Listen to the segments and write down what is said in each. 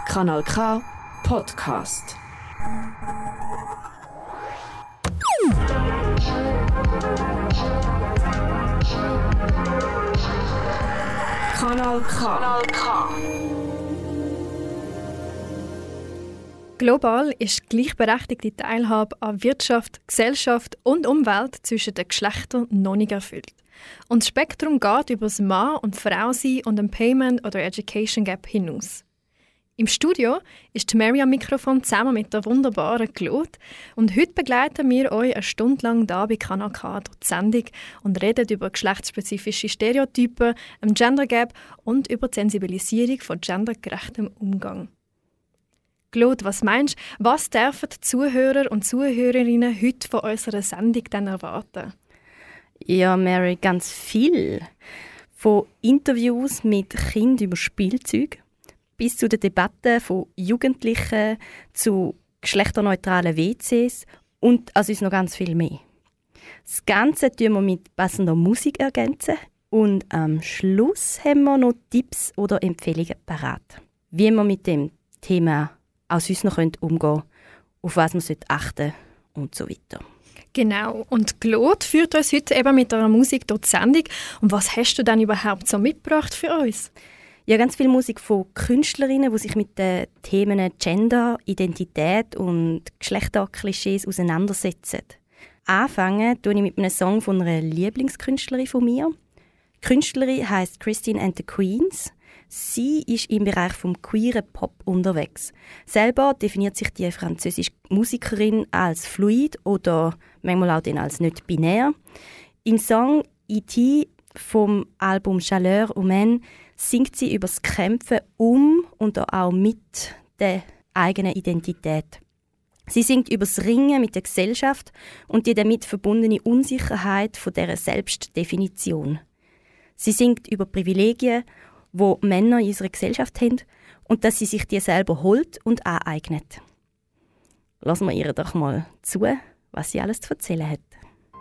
Kanal K Podcast. Kanal K. Global ist gleichberechtigte Teilhabe an Wirtschaft, Gesellschaft und Umwelt zwischen den Geschlechtern noch nicht erfüllt. Und das Spektrum geht über das Mann- und Frau-Sein und Employment- oder Education Gap hinaus. Im Studio ist Mary am Mikrofon zusammen mit der wunderbaren Claude. Und heute begleiten wir euch eine Stunde lang hier bei Kanal K durch die Sendung und reden über geschlechtsspezifische Stereotypen, einen Gender Gap und über die Sensibilisierung von gendergerechtem Umgang. Claude, was meinst du, was dürfen die Zuhörer und Zuhörerinnen heute von unserer Sendung denn erwarten? Ja, Mary, ganz viel. Von Interviews mit Kindern über Spielzeug bis zu den Debatten von Jugendlichen zu geschlechterneutralen WCs und also uns noch ganz viel mehr. Das Ganze tun wir mit passender Musik ergänzen und am Schluss haben wir noch Tipps oder Empfehlungen parat, wie wir mit dem Thema aus uns noch umgehen können, auf was man achten sollte und so weiter. Genau, und Claude führt uns heute eben mit einer Musik durch die Sendung. Und was hast du denn überhaupt so mitgebracht für uns? Ja, ganz viel Musik von Künstlerinnen, die sich mit den Themen Gender, Identität und Geschlechterklischees auseinandersetzen. Anfangen tue ich mit einem Song von einer Lieblingskünstlerin von mir. Die Künstlerin heisst Christine and the Queens. Sie ist im Bereich vom queeren Pop unterwegs. Selber definiert sich die französische Musikerin als fluid oder manchmal auch als nicht binär. Im Song «E.T.» vom Album «Chaleur humaine» singt sie über das Kämpfen und auch mit der eigenen Identität. Sie singt über das Ringen mit der Gesellschaft und die damit verbundene Unsicherheit von dieser Selbstdefinition. Sie singt über Privilegien, wo Männer in unserer Gesellschaft haben und dass sie sich die selber holt und aneignet. Lassen wir ihr doch mal zu, was sie alles zu erzählen hat.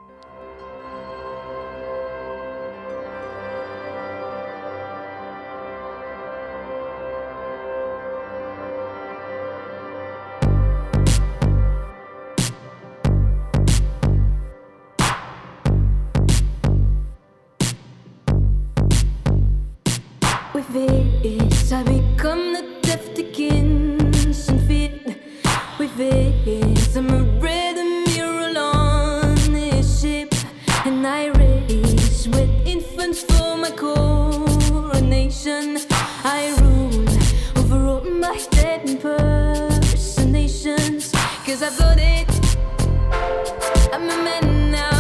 I become the deftigins and fear. With it, I'm a rhythm mural on this ship, and I race with infants for my coronation. I rule over all my dead impersonations, 'cause I've got it. I'm a man now.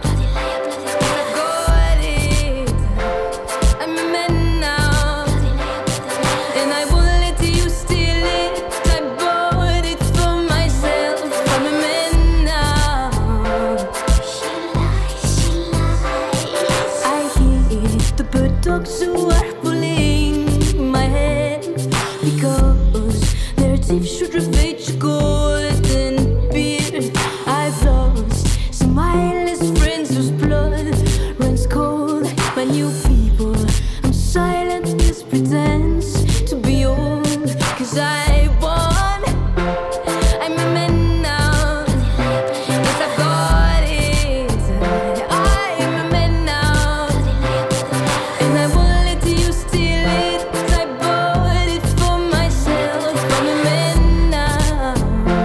Dogs who are pulling my head because their teeth should ravage a golden beard. I've lost some mindless friends whose blood runs cold. My new people, I'm silent, this pretense to be old, 'cause I won. I'm a man now. Yes, I've got it. I'm a man now. And I won't let you steal it. I bought it for myself. I'm a man now.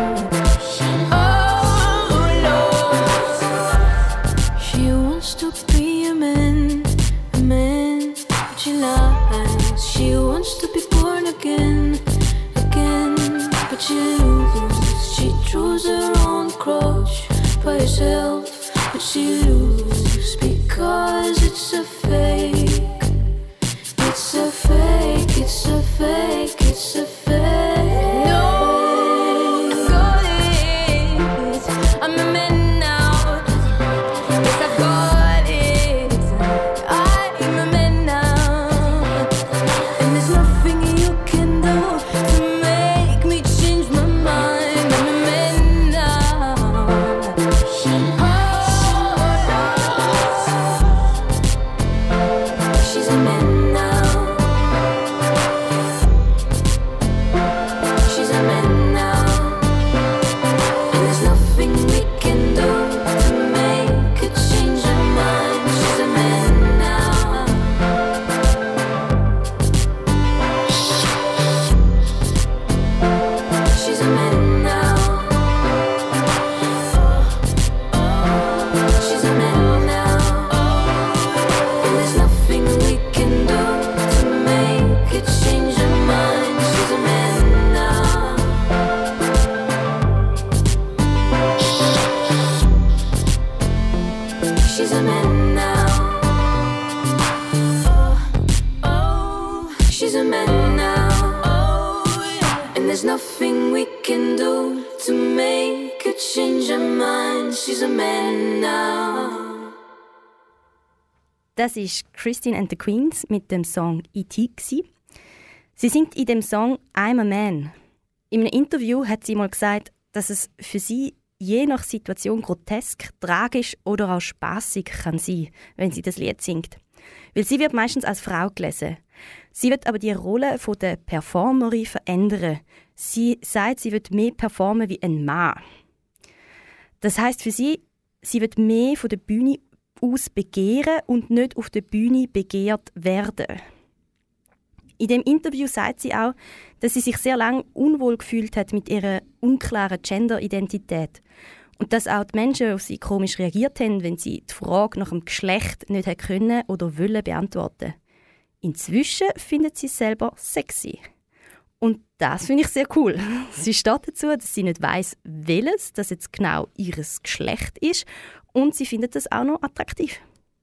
Oh Lord, she wants to be a man, but she lies. She wants to be born again, but she loses. She chose her own cross by herself, but she loses because it's a fake. It's a fake, it's a fake, it's a fake. No, got it. I'm a man now. Yes, I've got it. I'm a man now. And there's nothing you can do to make me change my mind. I'm a man now. She's a man now. she's a man now. Oh, yeah. And there's nothing we can do to make her change her mind. She's a man now. Das ist Christine and the Queens mit dem Song E.T. Sie singt in dem Song I'm a Man. In einem Interview hat sie mal gesagt, dass es für sie je nach Situation grotesk, tragisch oder auch spassig kann sein, wenn sie das Lied singt. Weil sie wird meistens als Frau gelesen. Sie wird aber die Rolle der Performerin verändern. Sie sagt, sie wird mehr performen wie ein Mann. Das heisst für sie, sie wird mehr von der Bühne aus begehren und nicht auf der Bühne begehrt werden. In dem Interview sagt sie auch, dass sie sich sehr lange unwohl gefühlt hat mit ihrer unklaren Gender-Identität und dass auch die Menschen auf sie komisch reagiert haben, wenn sie die Frage nach dem Geschlecht nicht können oder wollen beantworten. Inzwischen findet sie es selber sexy. Und das finde ich sehr cool. Sie steht dazu, dass sie nicht weiss, welches das jetzt genau ihr Geschlecht ist und sie findet das auch noch attraktiv.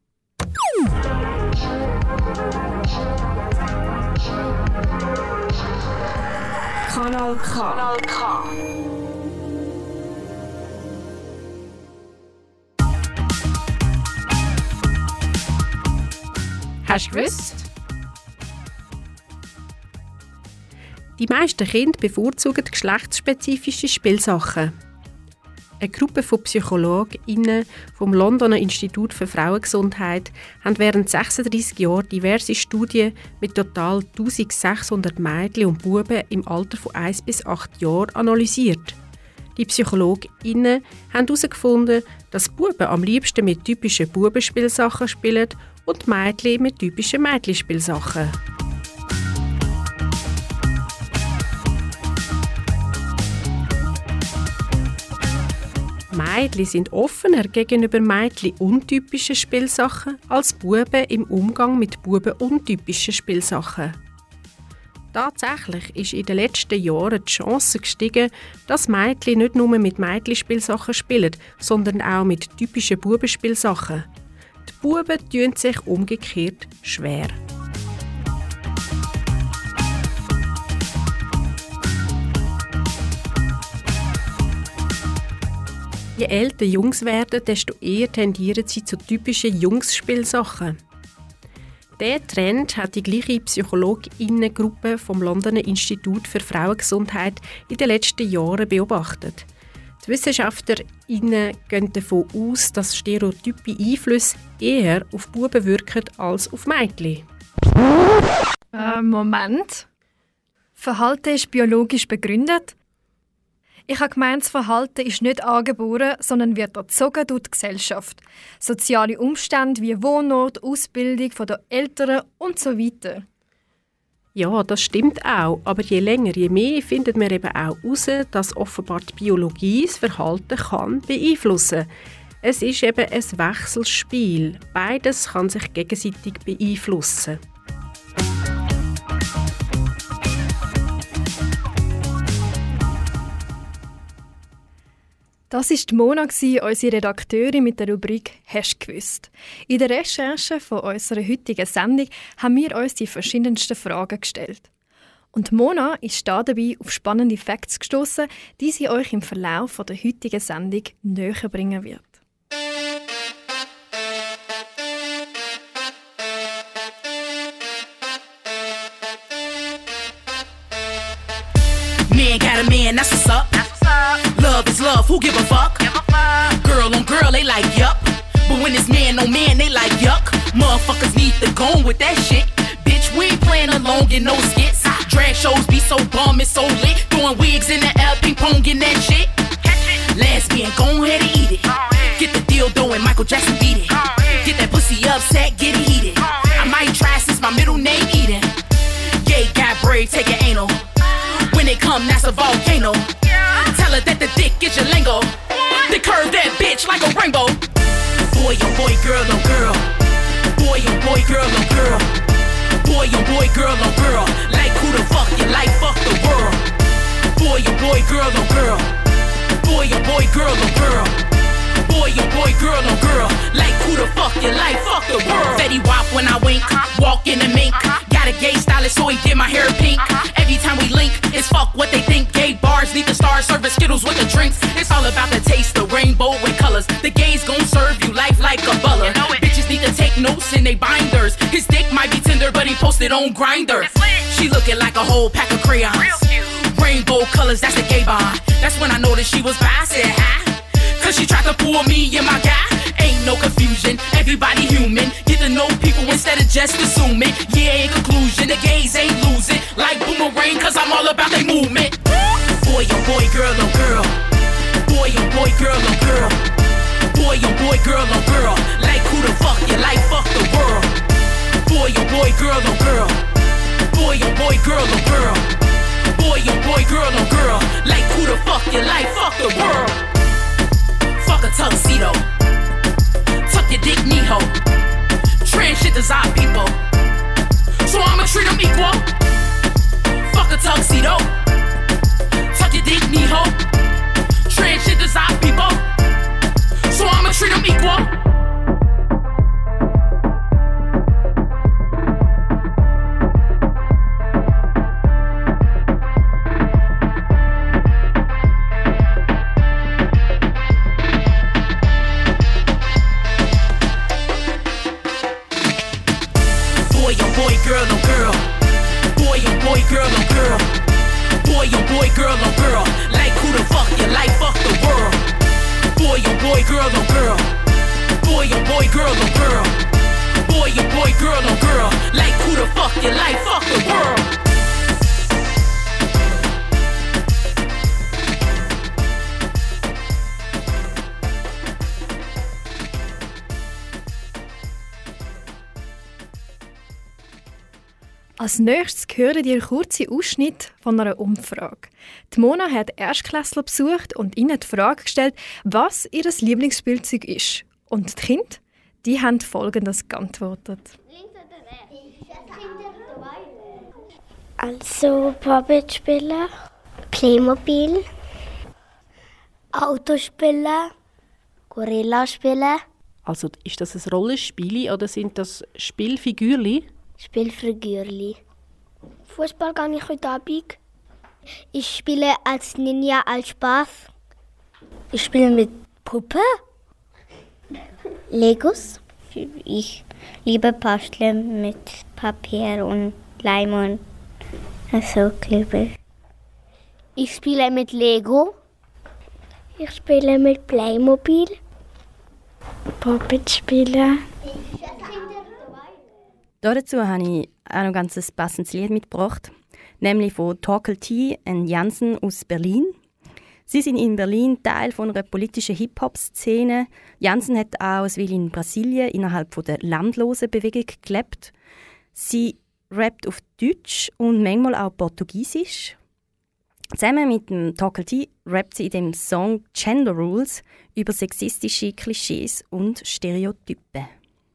Kanal K. Hast du gewusst? Die meisten Kinder bevorzugen geschlechtsspezifische Spielsachen. Eine Gruppe von PsychologInnen vom Londoner Institut für Frauengesundheit haben während 36 Jahren diverse Studien mit total 1600 Mädchen und Buben im Alter von 1 bis 8 Jahren analysiert. Die PsychologInnen haben herausgefunden, dass Buben am liebsten mit typischen Bubenspielsachen spielen und Mädchen mit typischen Mädchenspielsachen. Mädchen sind offener gegenüber Mädchen-untypischen Spielsachen als Buben im Umgang mit Buben-untypischen Spielsachen. Tatsächlich ist in den letzten Jahren die Chance gestiegen, dass Mädchen nicht nur mit Mädchenspielsachen spielen, sondern auch mit typischen Bubenspielsachen. Die Buben tun sich umgekehrt schwer. Je älter Jungs werden, desto eher tendieren sie zu typischen Jungsspielsachen. Dieser Trend hat die gleiche PsychologInnen-Gruppe vom Londoner Institut für Frauengesundheit in den letzten Jahren beobachtet. Die WissenschaftlerInnen gehen davon aus, dass stereotype Einflüsse eher auf Buben wirken als auf Mädchen. Moment. Verhalten ist biologisch begründet? Ich habe gemeint, das Verhalten ist nicht angeboren, sondern wird erzogen durch die Gesellschaft. Soziale Umstände wie Wohnort, Ausbildung der Eltern und so weiter. Ja, das stimmt auch. Aber je länger, je mehr findet man eben auch heraus, dass offenbar die Biologie das Verhalten kann beeinflussen. Es ist eben ein Wechselspiel. Beides kann sich gegenseitig beeinflussen. Das war Mona, unsere Redakteurin mit der Rubrik «Hast du gewusst?». In der Recherche von unserer heutigen Sendung haben wir uns die verschiedensten Fragen gestellt. Und Mona ist dabei auf spannende Facts gestossen, die sie euch im Verlauf der heutigen Sendung näher bringen wird. Man got a man, that's what's up. Love is love, who give a fuck? Girl on girl, they like yup. But when it's man on man, they like yuck. Motherfuckers need to go with that shit. Bitch, we ain't playing along in no skits. Drag shows be so bum, it's so lit. Throwing wigs in the air, ping pong, getting that shit. Lesbian, go ahead and eat it. Get the dildo and Michael Jackson beat it. Get that pussy upset, get it heated. I might try since my middle name Eden. Gay got brave, take it anal. When they come, that's a volcano. Tell her that the dick is your lingo. They curve that bitch like a rainbow. Boy, oh boy, girl, oh girl. Boy, oh boy, girl, oh girl. Boy, oh boy, girl, oh girl. Like who the fuck you like, fuck the world. Boy, oh boy, girl, oh girl. Boy, oh boy, girl, oh girl. Boy, oh boy, girl, oh girl. Like who the fuck you like, fuck the world. Fetty Wap when I wink, walk in the mink. Got a gay stylist, so he we get my hair pink. Every time we link, it's fuck what they think. Gay bars need the stars, serving Skittles with the drinks. It's all about the taste, the rainbow and colors. The gays gon' serve you life like a butler. Bitches need to take notes in they binders. His dick might be tender, but he posted on Grindr. She looking like a whole pack of crayons. Rainbow colors, that's the gay bond. That's when I noticed she was bi. I said hi, cause she tried to pull me and my guy. Ain't no confusion, everybody human. Get to know people instead of just assuming. Yeah, in conclusion, the gays ain't losing. Like boomerang, cause I'm all about their movement. Boy, oh boy, girl, oh girl. Boy, oh boy, girl, oh girl. Boy, oh boy, girl, oh girl. Like who the fuck you like, fuck the world. Boy, oh boy, girl, oh girl. Boy, oh boy, girl, oh girl. Boy, oh boy, girl, oh girl. Like who the fuck you like, fuck the world. Fuck a tuxedo. Tuck your dick, knee-ho. Trans shit is our people, so I'ma treat them equal. Fuck a tuxedo. Tuck your dick, knee-ho. Trans shit is our people, so I'ma treat them equal. Als nächstes hören ihr einen kurzen Ausschnitt von einer Umfrage. Die Mona hat Erstklässler besucht und ihnen die Frage gestellt, was ihr Lieblingsspielzeug ist. Und die Kinder, die haben Folgendes geantwortet. Also Puppetspiele, Playmobil, Autospiele, Gorillaspiele. Also ist das ein Rollenspiel oder sind das Spielfigürli? Spielfigürli. Fußball gehe ich heute Abend. Ich spiele als Ninja als Spaß. Ich spiele mit Puppe. Legos. Ich liebe Basteln mit Papier und Leim und so Kleber. Ich spiele mit Lego. Ich spiele mit Playmobil. Puppetspiele. Dazu habe ich auch noch ganz ein passendes Lied mitgebracht, nämlich von Torkel T. und Jansen aus Berlin. Sie sind in Berlin Teil von einer politischen Hip-Hop-Szene. Jansen hat auch eine Weile in Brasilien innerhalb der Landlosenbewegung gelebt. Sie rappt auf Deutsch und manchmal auch Portugiesisch. Zusammen mit dem Torkel T. rappt sie in dem Song Gender Rules über sexistische Klischees und Stereotypen.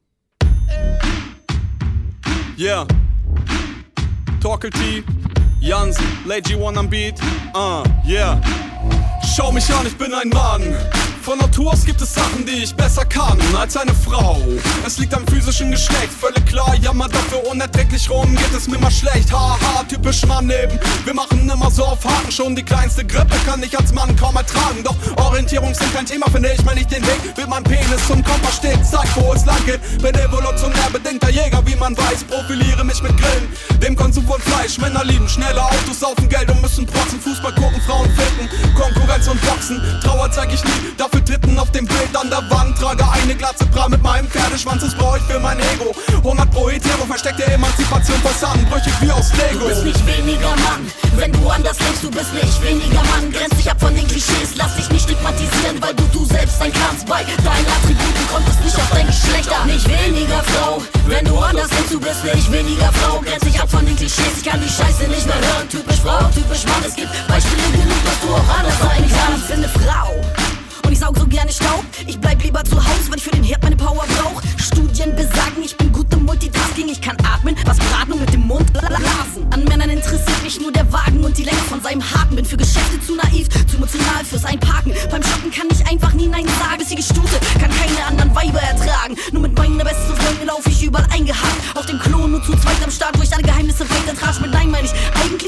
Yeah, Torkel T, Jansen, Lady One am Beat, yeah. Schau mich an, ich bin ein Mann. Von Natur aus gibt es Sachen, die ich besser kann als eine Frau. Es liegt am physischen Geschlecht, völlig klar, jammer dafür unerträglich rum, geht es mir mal schlecht. Haha, typisch Mann eben, wir machen immer so auf Haken. Schon die kleinste Grippe kann ich als Mann kaum ertragen. Doch Orientierung sind kein Thema, finde ich mal nicht den Weg. Will mein Penis zum Kompass steht, zeigt wo es lang geht. Bin evolutionär bedingter Jäger, wie man weiß, profiliere mich mit Grillen, dem Konsum von Fleisch. Männer lieben schnelle Autos, saufen Geld und müssen protzen. Fußball gucken, Frauen ficken, Konkurrenz und Boxen. Trauer zeig ich nie, dafür Dritten auf dem Bild an der Wand. Trage eine Glatze Bra mit meinem Pferdeschwanz, das brauch ich für mein Ego. 100 pro Hetero, versteckte Emanzipation versanden, brüchig wie aus Lego. Du bist nicht weniger Mann, wenn du anders lebst, du bist nicht weniger Mann. Grenz dich ab von den Klischees, lass dich nicht stigmatisieren, weil du selbst sein kannst. Bei deinen Attributen kommt es nicht auf dein Geschlecht an. Nicht weniger Frau, wenn du anders lebst, du bist nicht weniger Frau. Grenz dich ab von den Klischees, ich kann die Scheiße nicht mehr hören. Typisch Frau, typisch Mann, es gibt Beispiele genug, dass du auch anders sein kannst. Ich bin eine Frau und ich saug so gerne Staub. Ich bleib lieber zu Hause, weil ich für den Herd meine Power brauch. Studien besagen, ich bin gut im Multitasking. Ich kann atmen, was braten und mit dem Mund blasen. An Männern interessiert mich nur der Wagen und die Länge von seinem Haken. Bin für Geschäfte zu naiv, zu emotional fürs Einparken. Beim Shoppen kann ich einfach nie Nein sagen. Bissige Stute kann keine anderen Weiber ertragen. Nur mit meinen besten Freunden lauf ich überall eingehakt. Auf dem Klo nur zu zweit am Start, wo ich alle Geheimnisse weitertrage. Mit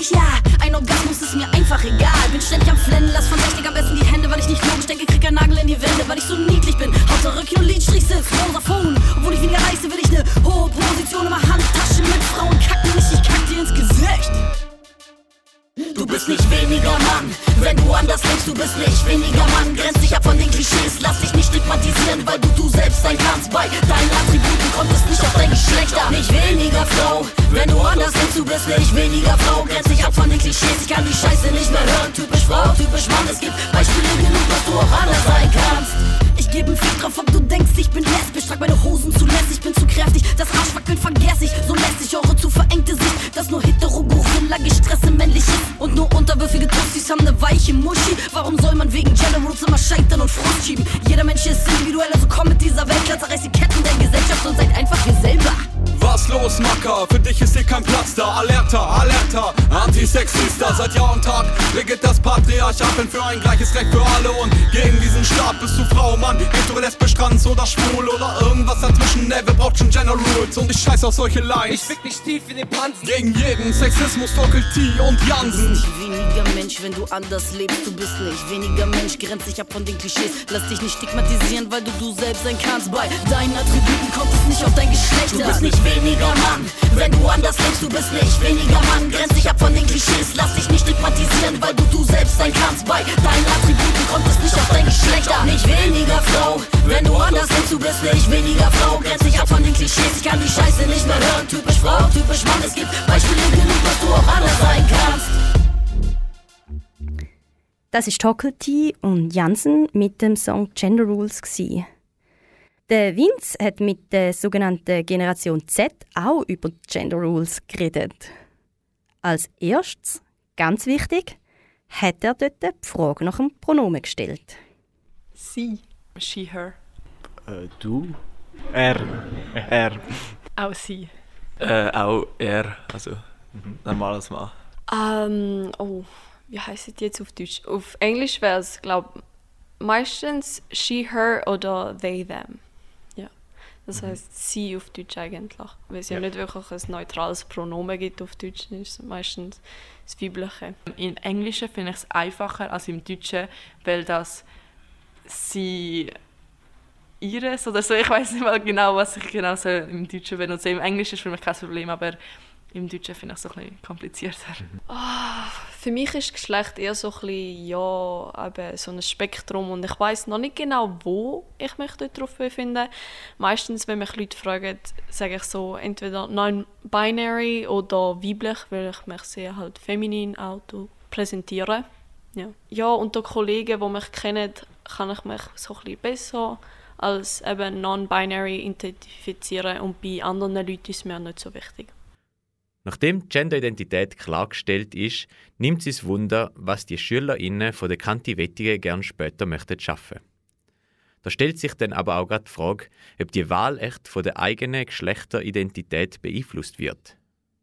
ich, ja. Ein Orgasmus ist mir einfach egal. Bin ständig am Flennen, lass von Technik am besten die Hände, weil ich nicht logisch denke, krieg einen Nagel in die Wände, weil ich so niedlich bin. Hauptsache Lidstrich sitzt, rosa Phone. Obwohl ich weniger leiste, will ich ne hohe Position in meiner Handtasche mit Frauen kacken nicht, ich kack dir ins Gesicht. Du bist nicht weniger Mann, wenn du anders lebst, du bist nicht weniger Mann. Grenz dich ab von den Klischees, lass dich nicht stigmatisieren, weil du selbst sein kannst. Bei deinen Attributen kommt es nicht auf dein Geschlecht an. Nicht weniger Frau, wenn du anders lebst, du bist nicht weniger Frau. Grenz dich ab von den Klischees, ich kann die Scheiße nicht mehr hören. Typisch Frau, typisch Mann, es gibt Beispiele genug, dass du auch anders sein kannst. Ich geb 'n Fick drauf, ob du denkst, ich bin lesbisch. Trag meine Hosen zu lässig, bin zu kräftig. Das Arschwackeln vergess ich, so lästig eure zu verengte Sicht. Dass nur hetero-Gorilla Gestresse männlich ist. Und nur unterwürfige Tussis haben ne weiche Muschi. Warum soll man wegen Gender Rules immer scheitern und Frust schieben? Jeder Mensch ist individuell, also komm mit dieser Welt klar. Zerreiß die Ketten der Gesellschaft und seid einfach ihr selber. Was los, Macker? Für dich ist hier kein Platz da. Alerta, alerta, Antisexista. Seit Jahr und Tag regelt das Patriarchat. Bin für ein gleiches Recht für alle und gegen diesen Staat. Bist du Frau, Mann, hetero, lesbisch, trans oder schwul oder irgendwas dazwischen? Ne, wir braucht schon Gender Rules und ich scheiß auf solche Lines. Ich fick dich tief in den Panzen. Gegen jeden Sexismus, Doppel T und Jansen. Du bist nicht weniger Mensch, wenn du anders lebst. Du bist nicht weniger Mensch, grenz dich ab von den Klischees. Lass dich nicht stigmatisieren, weil du selbst sein kannst. Bei deinen Attributen kommt es nicht auf dein Geschlecht an. Du bist nicht weniger Mann, wenn du anders lebst, du bist nicht weniger Mann. Grenz dich ab von den Klischees, lass dich nicht stigmatisieren, weil du selbst sein kannst. Bei deinen Attributen kommt es nicht auf dein Geschlecht an. Nicht weniger Frau, wenn du anders lebst, du bist nicht weniger Frau. Grenz dich ab von den Klischees, ich kann die Scheiße nicht mehr hören. Typisch Frau, typisch Mann, es gibt Beispiele genug, dass du auch anders sein kannst. Das war Doppel-T und Jansen mit dem Song Gender Rules. Der Vince hat mit der sogenannten Generation Z auch über Gender Rules geredet. Als erstes, ganz wichtig, hat er dort die Frage nach dem Pronomen gestellt. Sie. She, her. Du. Er. Auch sie. Auch er. Also, normales Mann. Wie heisst es jetzt auf Deutsch? Auf Englisch wäre es, glaube ich, meistens she, her oder they, them. Ja. Das heisst sie auf Deutsch eigentlich. Weil es ja nicht wirklich ein neutrales Pronomen gibt auf Deutsch, ist es meistens das Weibliche. Im Englischen finde ich es einfacher als im Deutschen, weil das sie ihres oder so, ich weiß nicht mal genau, was ich genau so im Deutschen benutze. Im Englischen ist für mich kein Problem, aber im Deutschen finde ich es so ein bisschen komplizierter. Für mich ist Geschlecht eher so ein bisschen, eben so ein Spektrum und ich weiss noch nicht genau, wo ich mich darauf befinde. Meistens, wenn mich Leute fragen, sage ich so entweder non-binary oder weiblich, weil ich mich sehr halt feminin auch präsentiere. Ja, unter Kollegen, die mich kennen, kann ich mich so ein bisschen besser als eben non-binary identifizieren und bei anderen Leuten ist es mir nicht so wichtig. Nachdem die Genderidentität klargestellt ist, nimmt es Wunder, was die SchülerInnen von der Kanti Wettige gern später möchten schaffen. Da stellt sich dann aber auch gerade die Frage, ob die Wahl echt von der eigenen Geschlechteridentität beeinflusst wird.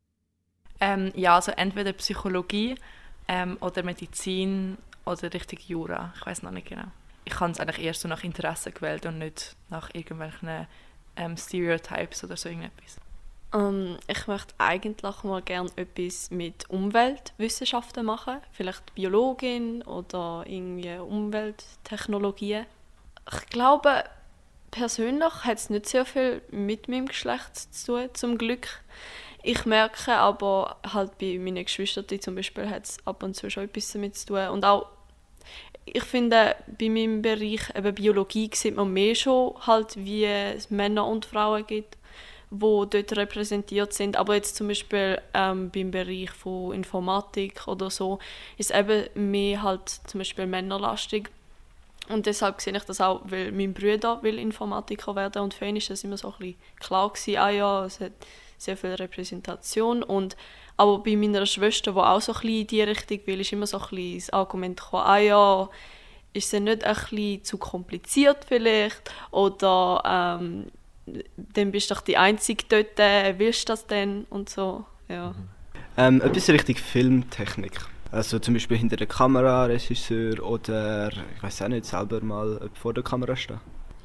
Also entweder Psychologie oder Medizin oder richtig Jura. Ich weiß noch nicht genau. Ich habe es eigentlich eher so nach Interesse gewählt und nicht nach irgendwelchen Stereotypes oder so irgendetwas. Ich möchte eigentlich mal gerne etwas mit Umweltwissenschaften machen. Vielleicht Biologin oder irgendwie Umwelttechnologien. Ich glaube, persönlich hat es nicht sehr viel mit meinem Geschlecht zu tun, zum Glück. Ich merke aber halt bei meinen Geschwistern zum Beispiel hat es ab und zu schon etwas damit zu tun. Und auch, ich finde, bei meinem Bereich eben Biologie sieht man mehr schon halt, wie es Männer und Frauen gibt, die dort repräsentiert sind. Aber jetzt zum Beispiel beim Bereich von Informatik oder so ist eben mehr halt zum Beispiel männerlastig. Und deshalb sehe ich das auch, weil mein Bruder will Informatiker werden und für ihn ist das immer so ein bisschen klar gewesen, es hat sehr viel Repräsentation. Aber bei meiner Schwester, die auch so ein bisschen in diese Richtung will, ist immer so ein bisschen das Argument gekommen, ist es nicht ein bisschen zu kompliziert vielleicht? Oder dann bist du doch die Einzige dort, willst du das denn? Und so, ja. Etwas richtig Filmtechnik. Also zum Beispiel hinter der Kamera, Regisseur oder ich weiß auch nicht, selber mal vor der Kamera stehen. Ich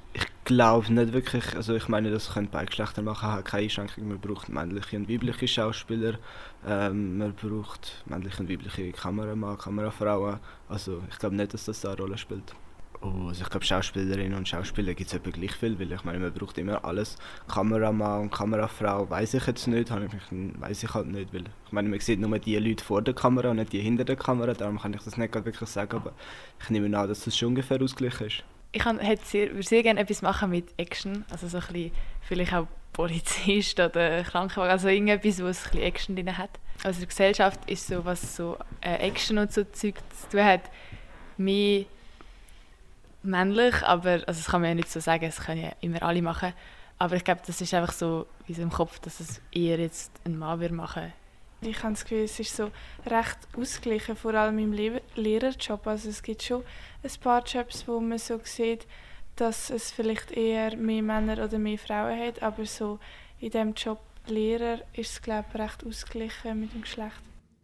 glaube nicht wirklich, also ich meine, das können beide Geschlechter machen, hat keine Einschränkung. Man braucht männliche und weibliche Schauspieler, man braucht männliche und weibliche Kameramann, Kamerafrauen. Also ich glaube nicht, dass das da eine Rolle spielt. Oh, also ich glaube, Schauspielerinnen und Schauspieler gibt es etwa gleich viel, weil ich meine, man braucht immer alles. Kameramann und Kamerafrau weiss ich jetzt nicht, weiss ich halt nicht, weil ich meine, man sieht nur die Leute vor der Kamera und nicht die hinter der Kamera, darum kann ich das nicht wirklich sagen, aber ich nehme an, dass das schon ungefähr ausgeglichen ist. Ich würde sehr gerne etwas machen mit Action, also so ein bisschen, vielleicht auch Polizist oder Krankenwagen, also irgendetwas, wo es ein bisschen Action drin hat. Also in der Gesellschaft ist so, was so Action und so Zeug zu tun hat, mehr männlich, aber also das kann man ja nicht so sagen, das können ja immer alle machen. Aber ich glaube, das ist einfach so in unserem Kopf, dass es eher jetzt ein Mann würde machen. Ich habe das Gefühl, es ist so recht ausgeglichen, vor allem im Lehrerjob. Also es gibt schon ein paar Jobs, wo man so sieht, dass es vielleicht eher mehr Männer oder mehr Frauen hat, aber so in diesem Job Lehrer ist es, glaube ich, recht ausgeglichen mit dem Geschlecht.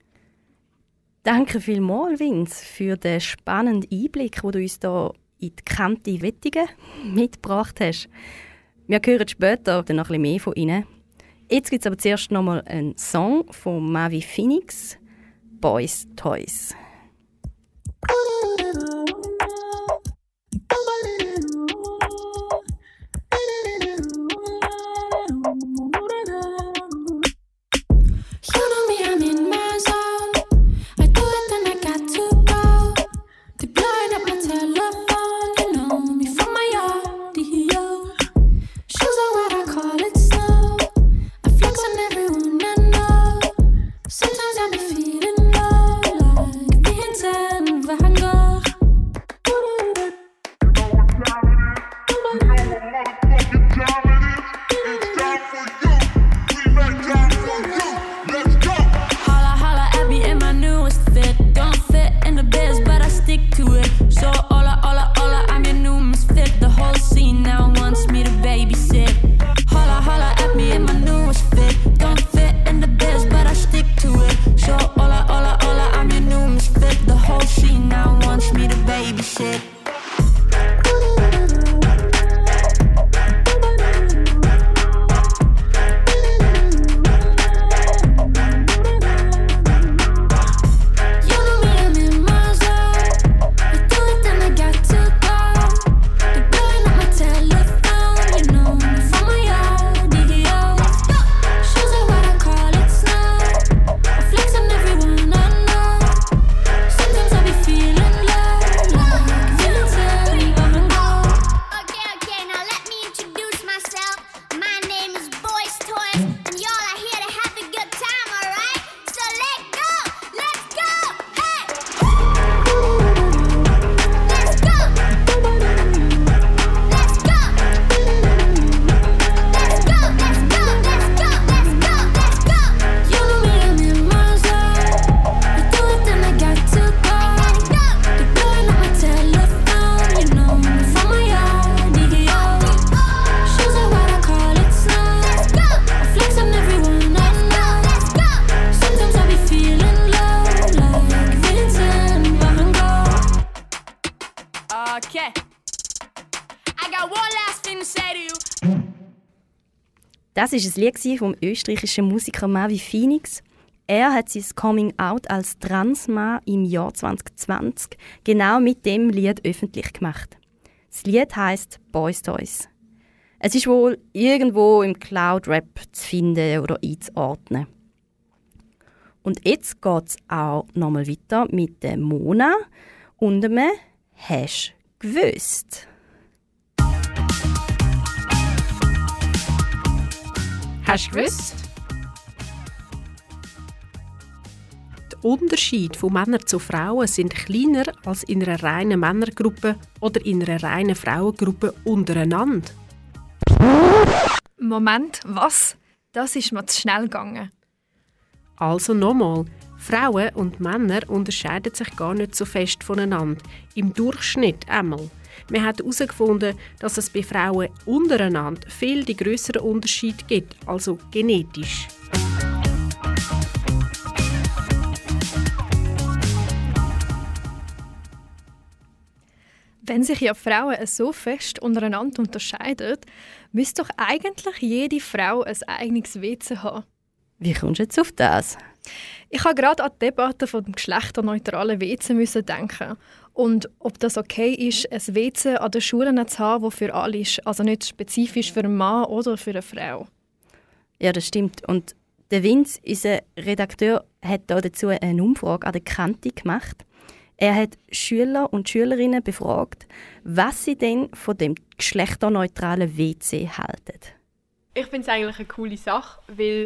Danke vielmals, Vince, für den spannenden Einblick, den du uns hier in die Kante Wettigen mitgebracht hast. Wir hören später dann noch ein bisschen mehr von Ihnen. Jetzt gibt es aber zuerst noch mal einen Song von Mavi Phoenix, «Boys Toys». Das war ein Lied vom österreichischen Musiker Mavi Phoenix. Er hat sein Coming Out als Transmann im Jahr 2020 genau mit dem Lied öffentlich gemacht. Das Lied heisst «Boys Toys». Es ist wohl irgendwo im Cloud-Rap zu finden oder einzuordnen. Und jetzt geht es auch nochmal weiter mit der Mona und einem «Hast gewusst». Hast du gewusst? Die Unterschiede von Männern zu Frauen sind kleiner als in einer reinen Männergruppe oder in einer reinen Frauengruppe untereinander. Moment, was? Das ist mir zu schnell gegangen. Also nochmal, Frauen und Männer unterscheiden sich gar nicht so fest voneinander. Im Durchschnitt einmal. Man hat herausgefunden, dass es bei Frauen untereinander viel die grösseren Unterschiede gibt, also genetisch. Wenn sich ja Frauen so fest untereinander unterscheiden, müsste doch eigentlich jede Frau ein eigenes WC haben. Wie kommst du jetzt auf das? Ich habe gerade an die Debatte vom geschlechterneutralen WC denken. Und ob das okay ist, ein WC an den Schulen zu haben, das für alle ist. Also nicht spezifisch für einen Mann oder für eine Frau. Ja, das stimmt. Und der Vince, unser Redakteur, hat dazu eine Umfrage an der Kante gemacht. Er hat Schüler und Schülerinnen befragt, was sie denn von dem geschlechterneutralen WC halten. Ich finde es eigentlich eine coole Sache, weil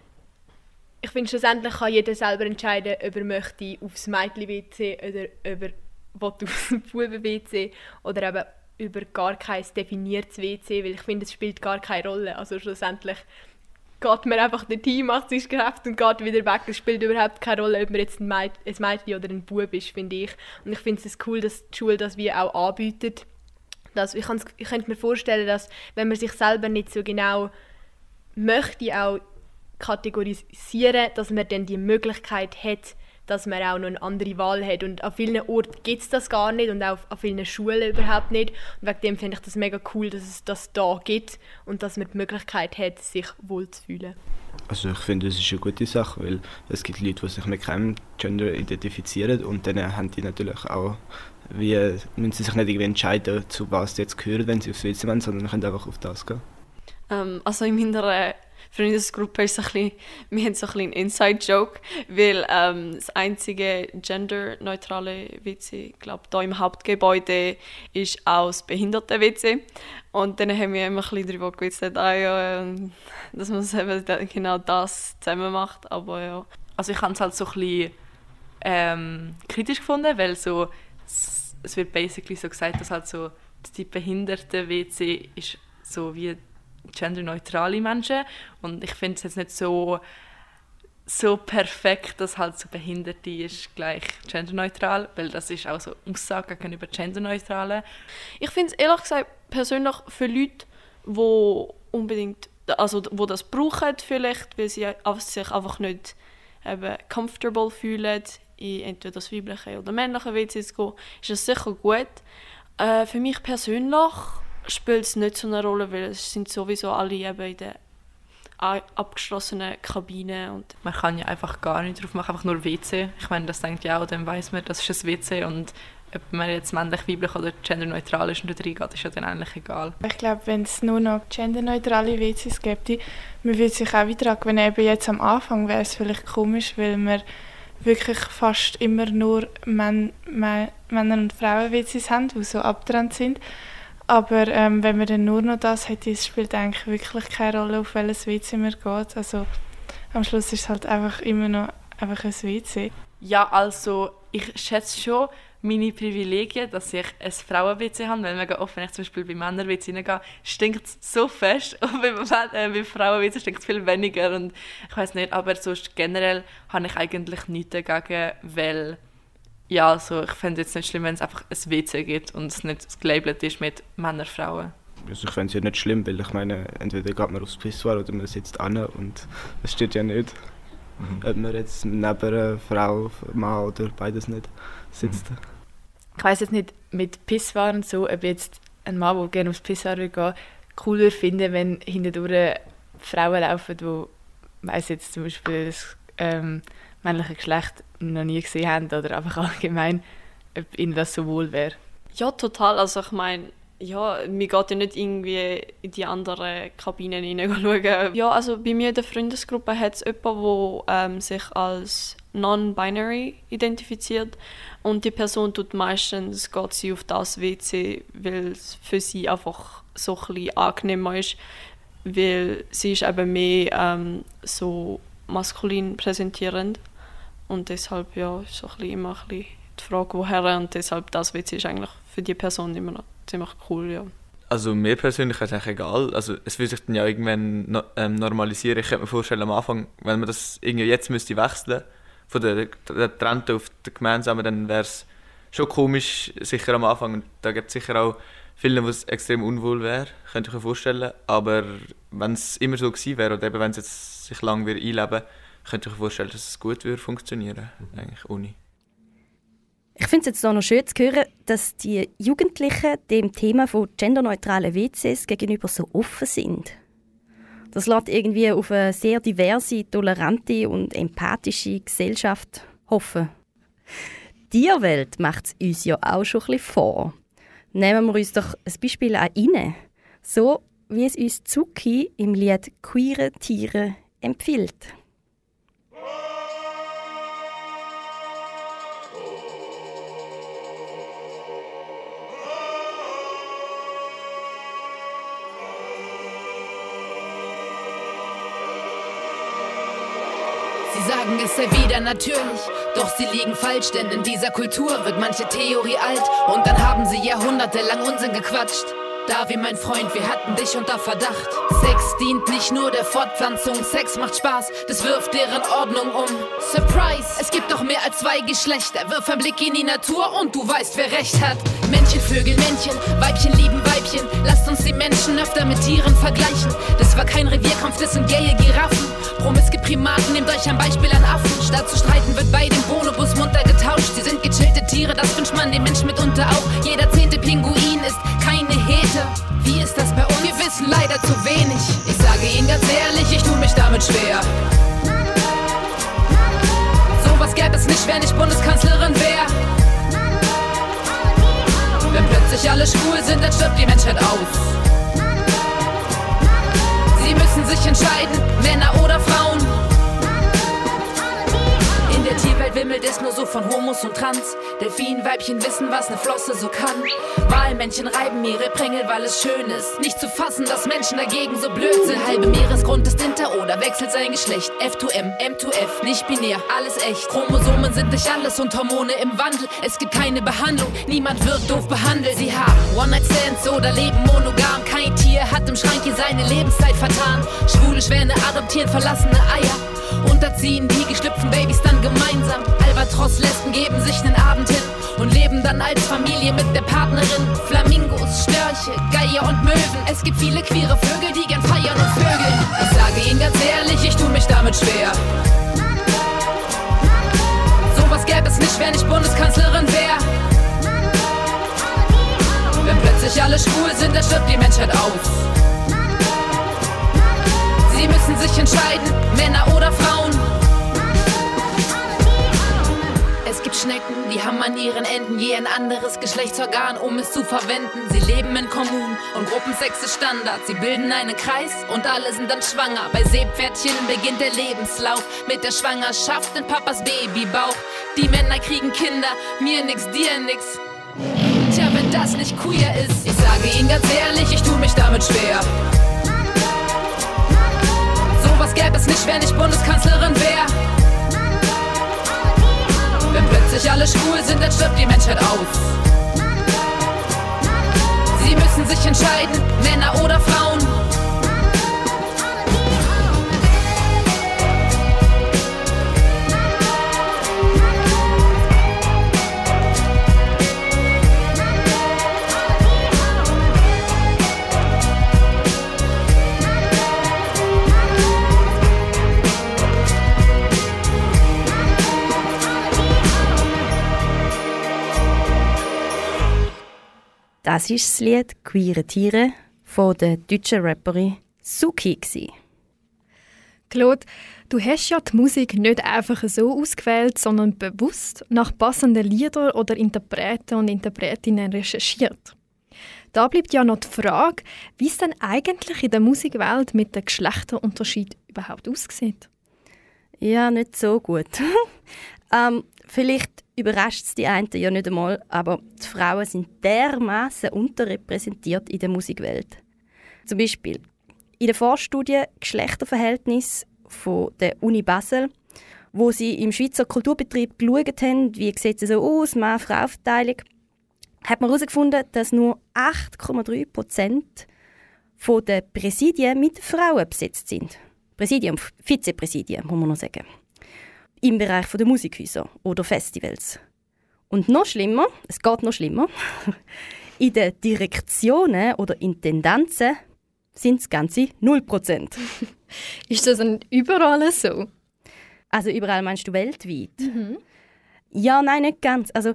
ich finde, schlussendlich kann jeder selber entscheiden, ob er möchte aufs Mädchen-WC oder ob er aufs Buben-WC oder eben über gar kein definiertes WC, weil ich finde, es spielt gar keine Rolle. Also schlussendlich geht man einfach dorthin, macht sein Geschäft und geht wieder weg. Es spielt überhaupt keine Rolle, ob man jetzt ein Mädchen oder ein Bub ist, finde ich. Und ich finde es cool, dass die Schule das wie auch anbietet. Ich könnte mir vorstellen, dass wenn man sich selber nicht so genau möchte, auch kategorisieren, dass man dann die Möglichkeit hat, dass man auch noch eine andere Wahl hat. Und an vielen Orten gibt es das gar nicht und auch an vielen Schulen überhaupt nicht. Und wegen dem finde ich das mega cool, dass es das da gibt und dass man die Möglichkeit hat, sich wohlzufühlen. Also ich finde, das ist eine gute Sache, weil es gibt Leute, die sich mit keinem Gender identifizieren und dann haben die natürlich auch, müssen sie sich nicht irgendwie entscheiden, zu was sie jetzt gehören, wenn sie aufs WC wollen, sondern können einfach auf das gehen. Also in meiner Freundesgruppe ist wir haben so einen Inside-Joke, weil das einzige genderneutrale WC, ich glaube, hier im Hauptgebäude ist auch das Behinderten-WC. Und dann haben wir immer ein bisschen darüber gewitzelt, dass man eben genau das zusammen macht. Aber ja. Also ich habe es halt so ein bisschen kritisch gefunden, weil so, es wird basically so gesagt, dass halt so die Behinderten-WC ist so wie genderneutrale Menschen und ich finde es jetzt nicht so perfekt, dass halt so Behinderte ist gleich genderneutral, weil das ist auch so Aussage gegenüber genderneutralen. Ich finde es ehrlich gesagt persönlich für Leute, die unbedingt, also wo das brauchen vielleicht, weil sie sich einfach nicht eben comfortable fühlen, in entweder das weibliche oder männliche WC zu gehen, ist das sicher gut. Für mich persönlich spielt es nicht so eine Rolle, weil es sind sowieso alle eben in den abgeschlossenen Kabinen. Und man kann ja einfach gar nicht drauf machen, einfach nur WC. Ich meine, das denkt ja auch, dann weiss man, das ist ein WC und ob man jetzt männlich, weiblich oder genderneutral ist und dort reingeht, ist ja dann eigentlich egal. Ich glaube, wenn es nur noch genderneutrale WCs gäbe, man würde sich auch wieder gewöhnen. Eben jetzt am Anfang wäre es vielleicht komisch, weil wir wirklich fast immer nur Männer- und Frauen-WCs haben, die so abgetrennt sind. Aber wenn man dann nur noch das hat, spielt eigentlich wirklich keine Rolle, auf welches WC man geht. Also am Schluss ist es halt einfach immer noch einfach ein WC. Ja, also ich schätze schon meine Privilegien, dass ich ein Frauen-WC habe, weil mega oft, wenn ich zum Beispiel bei Männer-WC reingehe, stinkt es so fest und bei Frauen-WC stinkt es viel weniger. Und ich weiss nicht, aber sonst generell habe ich eigentlich nichts dagegen, weil ja, also ich finde es nicht schlimm, wenn es einfach ein WC gibt und es nicht gelabelt ist mit Männer, Frauen. Also ich finde es ja nicht schlimm, weil ich meine, entweder geht man aufs Pissoir oder man sitzt an und es steht ja nicht, ob man jetzt neben einer Frau, Mann oder beides nicht sitzt. Ich weiss jetzt nicht mit Pissoir und so, ob jetzt ein Mann, der gerne aufs Pissoir will gehen, cooler finden, wenn hintendurch Frauen laufen, die weiss jetzt zum Beispiel das männliche Geschlecht noch nie gesehen haben oder einfach allgemein, ob ihnen das so wohl wäre. Ja, total. Also ich meine, ja, mir geht ja nicht irgendwie in die anderen Kabinen hineinschauen. Ja, also bei mir in der Freundesgruppe hat es jemanden, der sich als non-binary identifiziert und die Person tut meistens, geht sie auf das WC, weil es für sie einfach so ein bisschen angenehmer ist, weil sie ist eben mehr so maskulin präsentierend und deshalb ja, ist so ein bisschen immer ein bisschen die Frage, woher, und deshalb das WC ist eigentlich für die Person immer noch ziemlich cool, ja. Also mir persönlich ist es eigentlich egal, also es würde sich dann ja irgendwann normalisieren. Ich könnte mir vorstellen, am Anfang, wenn man das irgendwie jetzt müsste wechseln, von der getrennten auf der gemeinsamen, dann wäre es schon komisch, sicher am Anfang, und da gibt es sicher auch viele, wo es extrem unwohl wäre, könnte ich mir vorstellen, aber wenn es immer so gewesen wäre, oder eben wenn es jetzt sich lang wieder einleben, könnte ich mir vorstellen, dass es gut würde funktionieren, eigentlich ohne. Ich finde es jetzt auch noch schön zu hören, dass die Jugendlichen dem Thema von genderneutralen WCs gegenüber so offen sind. Das lässt irgendwie auf eine sehr diverse, tolerante und empathische Gesellschaft hoffen. Die Tierwelt macht es uns ja auch schon ein bisschen vor. Nehmen wir uns doch ein Beispiel an rein. So wie es uns Zucchi im Lied «Queere Tiere» empfiehlt. Sie sagen, es sei wieder natürlich, doch sie liegen falsch, denn in dieser Kultur wird manche Theorie alt und dann haben sie jahrhundertelang Unsinn gequatscht. Davi, mein Freund, wir hatten dich unter Verdacht. Sex dient nicht nur der Fortpflanzung, Sex macht Spaß, das wirft deren Ordnung um. Surprise, es gibt doch mehr als 2 Geschlechter. Wirf einen Blick in die Natur und du weißt, wer recht hat. Männchen, Vögel, Männchen, Weibchen lieben Weibchen. Lasst uns die Menschen öfter mit Tieren vergleichen. Das war kein Revierkampf, das sind gaye Giraffen. Promiske Primaten, nehmt euch ein Beispiel an Affen. Statt zu streiten wird bei dem Bonobus munter getauscht. Sie sind gechillte Tiere, das wünscht man dem Menschen mitunter auch. Jeder 10. Pinguin ist keine Hete. Wie ist das bei uns? Wir wissen leider zu wenig. Ich sage Ihnen ganz ehrlich, ich tu mich damit schwer. Sowas gäbe es nicht, wenn ich Bundeskanzlerin wäre. Wenn plötzlich alle schwul sind, dann stirbt die Menschheit aus. Sie müssen sich entscheiden, Männer oder Frauen. In der Tierwelt wimmelt es nur so von Homos und Trans. Delfinweibchen wissen, was ne Flosse so kann. Walmännchen reiben ihre Prängel, weil es schön ist. Nicht zu fassen, dass Menschen dagegen so blöd sind. Halbe Meeresgrund ist Inter oder wechselt sein Geschlecht. F2M, M2F, nicht binär, alles echt. Chromosomen sind nicht alles und Hormone im Wandel. Es gibt keine Behandlung, niemand wird doof behandelt. Sie haben One-Night-Stands oder leben monogam. Kein Tier hat im Schrank hier seine Lebenszeit vertan. Schwule Schwäne adoptieren verlassene Eier. Unterziehen die geschlüpften Babys dann gemeinsam. Albatros-Lesben geben sich nen Abend hin und leben dann als Familie mit der Partnerin. Flamingos, Störche, Geier und Möwen. Es gibt viele queere Vögel, die gern feiern und vögeln. Ich sage Ihnen ganz ehrlich, ich tu mich damit schwer. Sowas gäbe es nicht, wenn ich Bundeskanzlerin wäre. Wenn plötzlich alle schwul sind, dann stirbt die Menschheit aus. Sie müssen sich entscheiden, Männer oder Frauen. Es gibt Schnecken, die haben an ihren Enden je ein anderes Geschlechtsorgan, um es zu verwenden. Sie leben in Kommunen und Gruppensex ist Standard. Sie bilden einen Kreis und alle sind dann schwanger. Bei Seepferdchen beginnt der Lebenslauf mit der Schwangerschaft in Papas Babybauch. Die Männer kriegen Kinder, mir nix, dir nix. Tja, wenn das nicht queer ist, ich sage Ihnen ganz ehrlich, ich tu mich damit schwer. Sowas gäbe es nicht, wenn ich Bundeskanzlerin wäre. Wenn plötzlich alle schwul sind, dann stirbt die Menschheit aus. Sie müssen sich entscheiden, Männer oder Frauen. Das war das Lied «Queere Tiere» von der deutschen Rapperin Suki. Claude, du hast ja die Musik nicht einfach so ausgewählt, sondern bewusst nach passenden Liedern oder Interpreten und Interpretinnen recherchiert. Da bleibt ja noch die Frage, wie es denn eigentlich in der Musikwelt mit dem Geschlechterunterschied überhaupt aussieht. Ja, nicht so gut. Vielleicht überrascht es die einen ja nicht einmal, aber die Frauen sind dermaßen unterrepräsentiert in der Musikwelt. Zum Beispiel in der Vorstudie «Geschlechterverhältnis» von der Uni Basel, wo sie im Schweizer Kulturbetrieb geschaut haben, wie sieht es so aus, Mann-Frau-Aufteilung, hat man herausgefunden, dass nur 8,3% der Präsidien mit Frauen besetzt sind. Präsidien, Vizepräsidien, muss man noch sagen. Im Bereich der Musikhäuser oder Festivals. Und noch schlimmer, es geht noch schlimmer, in den Direktionen oder Intendanzen sind es ganze 0%. Ist das denn überall so? Also überall meinst du weltweit? Mhm. Ja, nein, nicht ganz. Also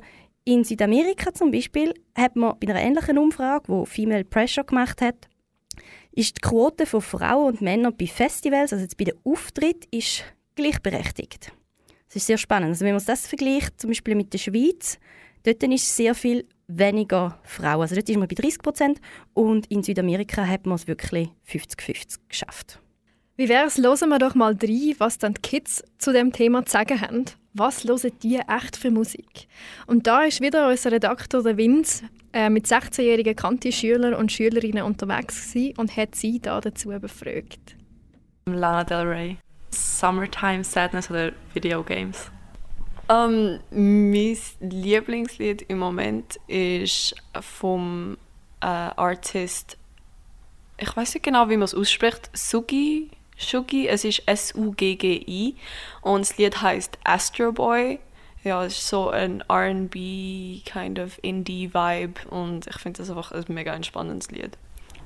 In Südamerika zum Beispiel hat man bei einer ähnlichen Umfrage, die Female Pressure gemacht hat, ist die Quote von Frauen und Männern bei Festivals, also jetzt bei den Auftritten, ist gleichberechtigt. Das ist sehr spannend. Also wenn man das vergleicht, zum Beispiel mit der Schweiz, dort ist sehr viel weniger Frauen. Also dort ist man bei 30% und in Südamerika hat man es wirklich 50-50 geschafft. Wie wäre es, hören wir doch mal rein, was dann die Kids zu dem Thema zu sagen haben. Was hören die echt für Musik? Und da ist wieder unser Redakteur der Vince mit 16-jährigen Kanti-Schülern und Schülerinnen unterwegs gewesen und hat sie dazu befragt. Lana Del Rey. Summertime Sadness oder Videogames? Mein Lieblingslied im Moment ist vom Artist, ich weiß nicht genau, wie man es ausspricht, Shuggy, es ist S-U-G-G-I und das Lied heißt Astro Boy. Ja, es ist so ein R&B kind of Indie-Vibe und ich finde das einfach ein mega entspannendes Lied.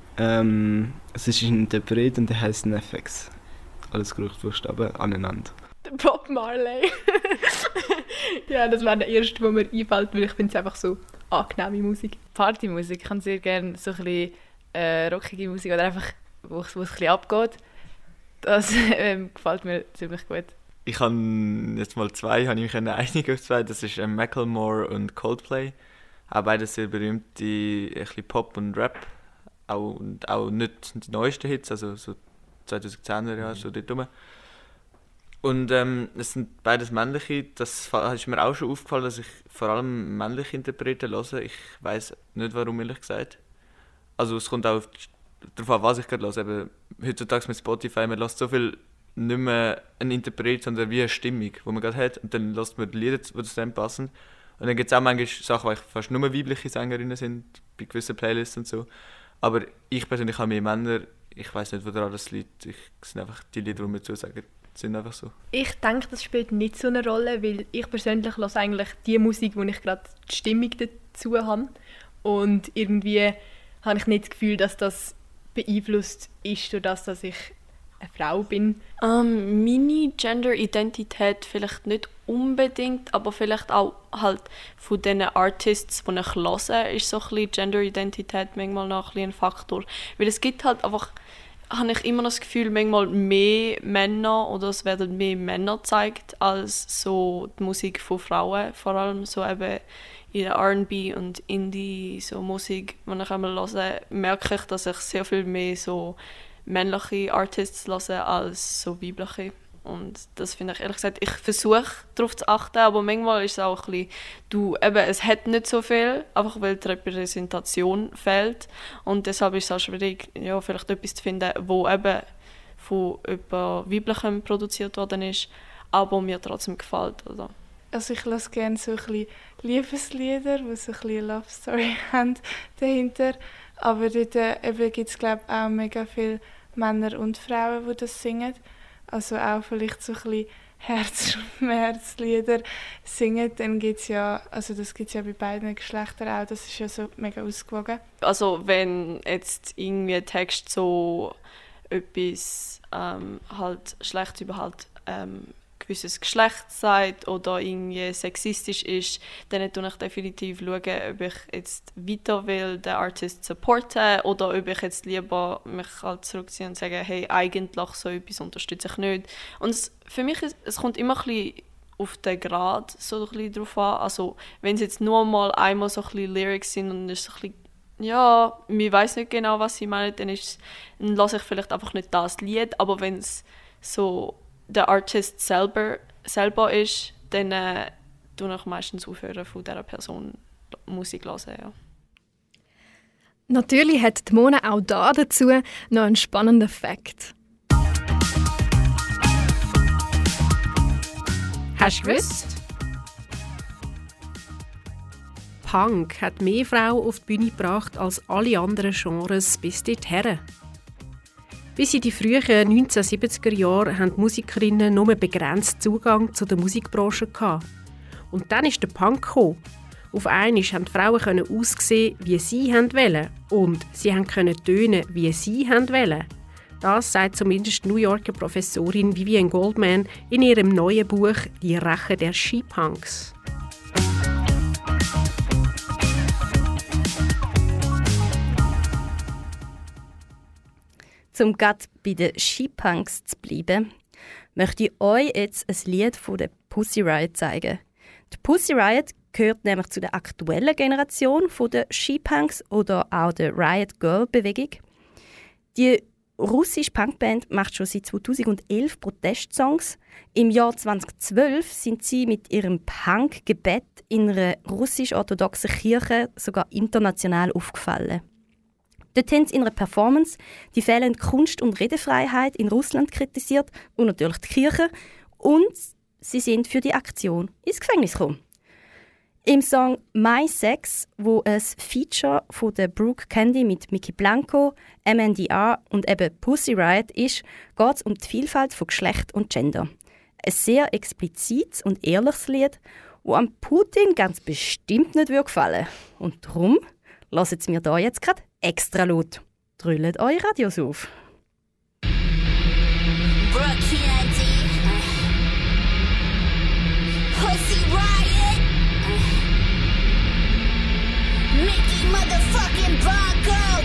Es ist ein Interpret und der heißt Nefex. Alles Buchstaben aneinander. Bob Marley. Ja, das wäre der erste, der mir einfällt, weil ich finde es einfach so angenehme Musik. Partymusik, ich kann sehr gerne so ein bisschen rockige Musik oder einfach, wo es ein bisschen abgeht. Das gefällt mir ziemlich gut. Ich habe jetzt mal habe ich mich einigen auf zwei. Das ist Macklemore und Coldplay. Auch beide sehr berühmte, ein bisschen Pop und Rap. Auch nicht die neuesten Hits, also so 2010er Jahre, so dort rum. Und es sind beides männliche. Das ist mir auch schon aufgefallen, dass ich vor allem männliche Interpreten höre. Ich weiss nicht warum, ehrlich gesagt. Also es kommt auch darauf an, was ich gerade höre. Eben, heutzutage mit Spotify, man hört so viel nicht mehr einen Interpret, sondern wie eine Stimmung, die man gerade hat. Und dann hört man die Lieder, die zu dem passen. Und dann gibt es auch manchmal Sachen, wo fast nur weibliche Sängerinnen sind, bei gewissen Playlists und so. Aber ich persönlich habe mehr Männer. Ich weiss nicht, woran das liegt. Es sind einfach die Lieder, die mir zusagen, sind einfach so. Ich denke, das spielt nicht so eine Rolle, weil ich persönlich höre eigentlich die Musik, wo ich gerade die Stimmung dazu habe. Und irgendwie habe ich nicht das Gefühl, dass das beeinflusst ist, durch das, dass ich eine Frau bin. Meine Gender-Identität vielleicht nicht unbedingt, aber vielleicht auch halt von den Artists, die ich höre, ist so ein bisschen Gender-Identität manchmal noch ein Faktor. Weil es gibt halt einfach, habe ich immer das Gefühl, manchmal mehr Männer oder es werden mehr Männer gezeigt als so die Musik von Frauen. Vor allem so eben in der R&B und Indie so Musik, wenn ich einmal höre, merke ich, dass ich sehr viel mehr so männliche Artists höre als so weibliche. Und das finde ich ehrlich gesagt, ich versuche darauf zu achten, aber manchmal ist es auch ein bisschen, es hat nicht so viel, einfach weil die Repräsentation fehlt. Und deshalb ist es auch schwierig, ja, vielleicht etwas zu finden, wo eben von jemand Weiblichem produziert worden ist, aber mir trotzdem gefällt. Oder? Also ich höre gerne so ein bisschen Liebeslieder, die so ein bisschen Love Story haben dahinter. Aber dort gibt es, glaube ich, auch mega viele Männer und Frauen, die das singen. Also auch vielleicht so ein bisschen Herzschmerzlieder singen. Dann gibt's ja, also das gibt es ja bei beiden Geschlechtern auch, das ist ja so mega ausgewogen. Also wenn jetzt irgendwie ein Text so etwas halt schlecht über halt gewisses Geschlecht sagt oder irgendwie sexistisch ist, dann schaue ich definitiv, ob ich jetzt weiter will, den Artist supporten oder ob ich jetzt lieber mich halt zurückziehe und sage, hey, eigentlich so etwas unterstütze ich nicht. Und für mich es kommt immer ein bisschen auf den Grad so ein bisschen drauf an. Also wenn es jetzt nur mal einmal so ein bisschen Lyrics sind und es ist so ein bisschen, ja, ich weiss nicht genau, was sie meinen, dann lasse ich vielleicht einfach nicht das Lied, aber wenn es so der Artist selber ist, dann tue ich meistens aufhören, von dieser Person Musik zu hören. Ja. Natürlich hat die Mona auch dazu noch einen spannenden Fakt. Hast du gewusst? Punk hat mehr Frauen auf die Bühne gebracht als alle anderen Genres bis dorthin. Bis in die frühen 1970er Jahre hatten die Musikerinnen nur begrenzt Zugang zu der Musikbranche. Und dann ist der Punk gekommen. Auf einmal konnten Frauen aussehen, wie sie wollten. Und sie konnten tönen, wie sie wollten. Das sagt zumindest die New Yorker Professorin Vivienne Goldman in ihrem neuen Buch «Die Rache der She-Punks». Um gerade bei den She-Punks zu bleiben, möchte ich euch jetzt ein Lied von der Pussy Riot zeigen. Die Pussy Riot gehört nämlich zu der aktuellen Generation der She-Punks oder auch der Riot Girl-Bewegung. Die russische Punkband macht schon seit 2011 Protestsongs. Im Jahr 2012 sind sie mit ihrem Punk-Gebet in einer russisch-orthodoxen Kirche sogar international aufgefallen. Dort haben sie in einer Performance die fehlende Kunst- und Redefreiheit in Russland kritisiert und natürlich die Kirche. Und sie sind für die Aktion ins Gefängnis gekommen. Im Song «My Sex», wo ein Feature von der Brooke Candy mit Mickey Blanco, MNDR und eben Pussy Riot ist, geht es um die Vielfalt von Geschlecht und Gender. Ein sehr explizites und ehrliches Lied, das am Putin ganz bestimmt nicht gefallen würde. Und darum lasst es mir da jetzt gerade extra laut. Drüllt eure Radios auf. Brooke Candy, Pussy Riot, Mickey motherfucking Blanco,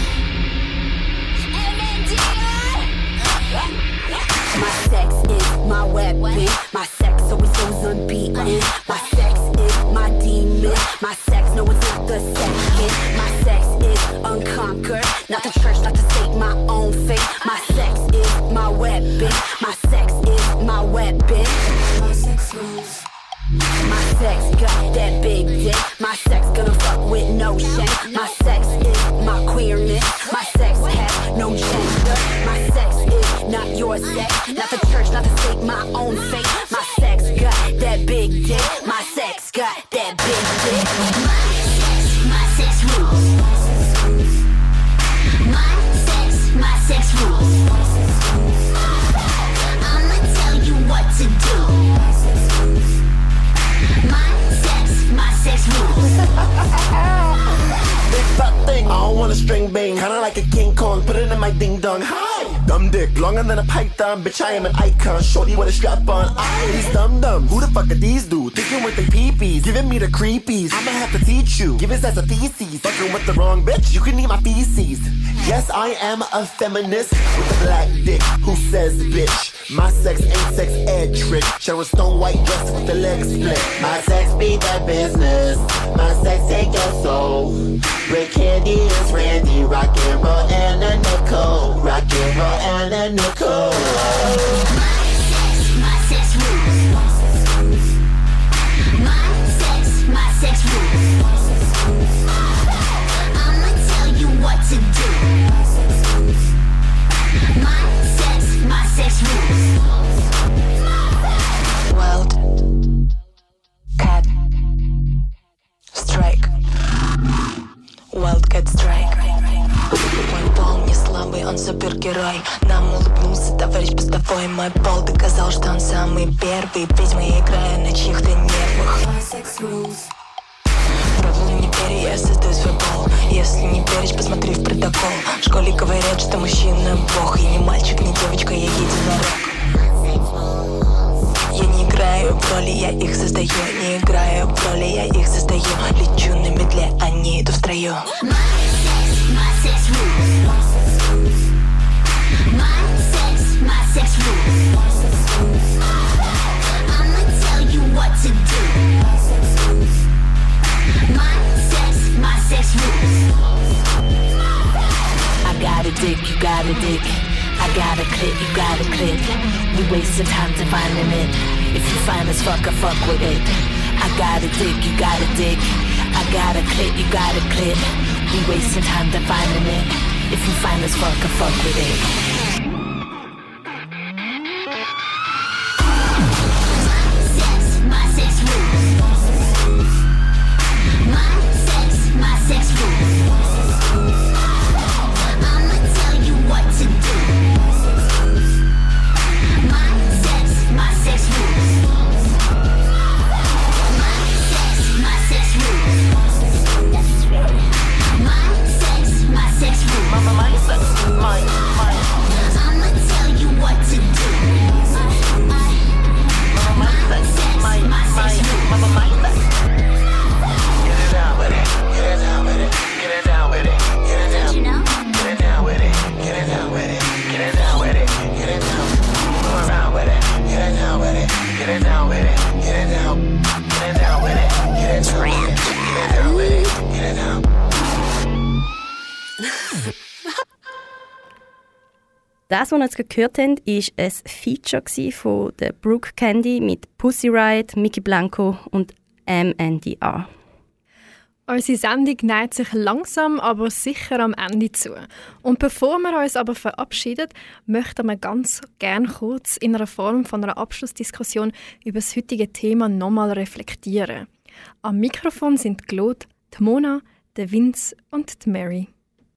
MNDR. My sex is my weapon. My sex always goes unbeaten. My sex is my demon. My sex, no, it's not the second. My sex is unconquered. Not the church, not the state, my own fate. My sex is my weapon. My sex is my weapon. My sex rules. My sex got that big dick. My sex gonna fuck with no shame. My sex is my queerness. My sex has no gender. My sex is not your sex. Not the church, not the state, my own fate. My sex got that big dick. My sex got that big dick. My sex rules. My sex rules. I'ma tell you what to do. My sex rules. Big fat thing, I don't want a string bang. Kinda like a King Kong, put it in my ding dong. Hi! Dumb dick, longer than a python. Bitch, I am an icon. Shorty with a strap on. These dumb dumbs. Who the fuck are these dudes? Thinking with their peepees, giving me the creepies. I'ma have to teach you. Give us as a thesis. Fucking with the wrong bitch, you can eat my feces. Yes, I am a feminist with a black dick. Who says bitch? My sex ain't sex ed trick. Sharon Stone white dress with the legs split. My sex be that business. My sex take your soul. Red Candy is Randy. Rock and roll and a nickel. Rock and roll and a nickel. My sex rules. My sex rules. I'ma tell you what to do. My sex rules. Wild cat strike. Wildcat strike. Мой пол не слабый, он супергерой. Нам улыбнулся товарищ постовой. Мой пол доказал, что он самый первый. Ведьмы играя на чьих-то нервах. Правила не верь, я создаю свой пол. Если не веришь, посмотри в протокол. В школе говорят, что мужчина бог. Я не мальчик, не девочка, я единорог. Я не играю в роли, я их создаю. Не играю в роли, я их создаю. Лечу на медле, они идут в строю. My sex rules. My sex rules. I'ma tell you what to do. My sex rules. I got a dick, you got a dick. I got a clit, you got a clit. We wasting time defining it. If you find us, fuck with it. I got a dick, you got a dick. I got a clit, you got a clit. We wasting time defining it. If you find us, fuck with it. My sex rules. My sex rules. I'ma tell you what to do. My sex rules. My sex rules. My sex rules. My sex, Das, was wir jetzt gehört haben, war ein Feature von der Brooke Candy mit Pussy Riot, Mickey Blanco und MNDR. Unsere Sendung neigt sich langsam, aber sicher am Ende zu. Und bevor wir uns aber verabschieden, möchten wir ganz gerne kurz in einer Form von einer Abschlussdiskussion über das heutige Thema nochmal reflektieren. Am Mikrofon sind Claude, die Mona, der Vince und die Mary.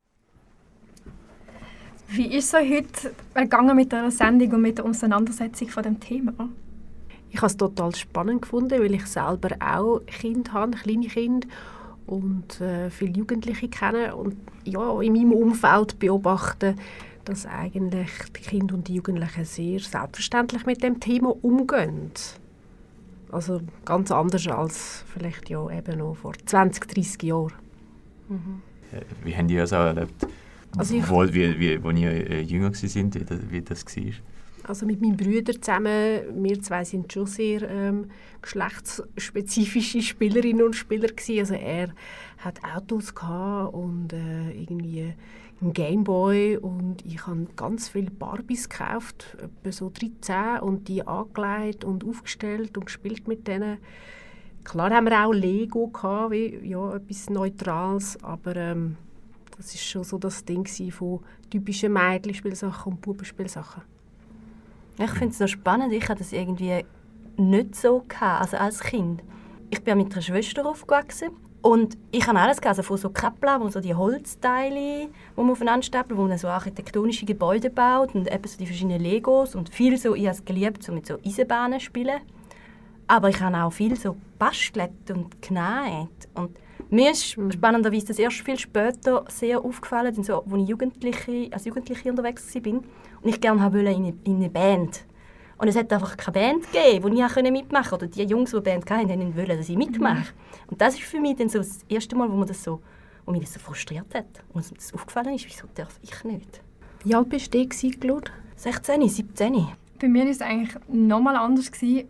Wie ist es heute gegangen mit der Sendung und mit der Auseinandersetzung von dem Thema? Ich habe es total spannend gefunden, weil ich selber auch Kinder habe, kleine Kinder, und viele Jugendliche kenne und ja, in meinem Umfeld beobachte, dass eigentlich die Kinder und die Jugendlichen sehr selbstverständlich mit dem Thema umgehen. Also ganz anders als vielleicht ja eben noch vor 20, 30 Jahren. Mhm. Wie haben die das auch erlebt? Also als ihr jünger waren, wie das war? Also mit meinen Brüdern zusammen, wir zwei sind schon sehr geschlechtsspezifische Spielerinnen und Spieler gewesen. Also er hat Autos gehabt und irgendwie einen Gameboy und ich habe ganz viele Barbies gekauft, etwa so 13, und die angelegt und aufgestellt und gespielt mit denen. Klar haben wir auch Lego gehabt, wie ja, etwas Neutrales, aber das ist schon so das Ding von typischen Mädchenspielsachen und Bubenspielsachen. Ich finde es noch spannend, ich hatte das irgendwie nicht so gehabt, also als Kind. Ich bin mit einer Schwester aufgewachsen und ich habe alles gehabt, also von so Kappeln, wo so die Holzteile, die man aufeinander stapelt, wo man so architektonische Gebäude baut und eben so die verschiedenen Legos und viel so, ich habe es geliebt, so mit so Eisenbahnen spielen. Aber ich habe auch viel so bastelt und genäht. Und mir ist spannenderweise das erst viel später sehr aufgefallen, als ich als Jugendliche unterwegs war und ich gerne wollte in eine Band. Und es hat einfach keine Band gegeben, wo ich mitmachen konnte. Oder die Jungs, die eine Band hatten, wollten, dass ich mitmache. Und das ist für mich dann so das erste Mal, wo mich das so frustriert hat. Und mir das aufgefallen ist, wieso darf ich nicht? Wie alt bist du, Claude? 16, 17. Bei mir war es eigentlich nochmal anders. Ich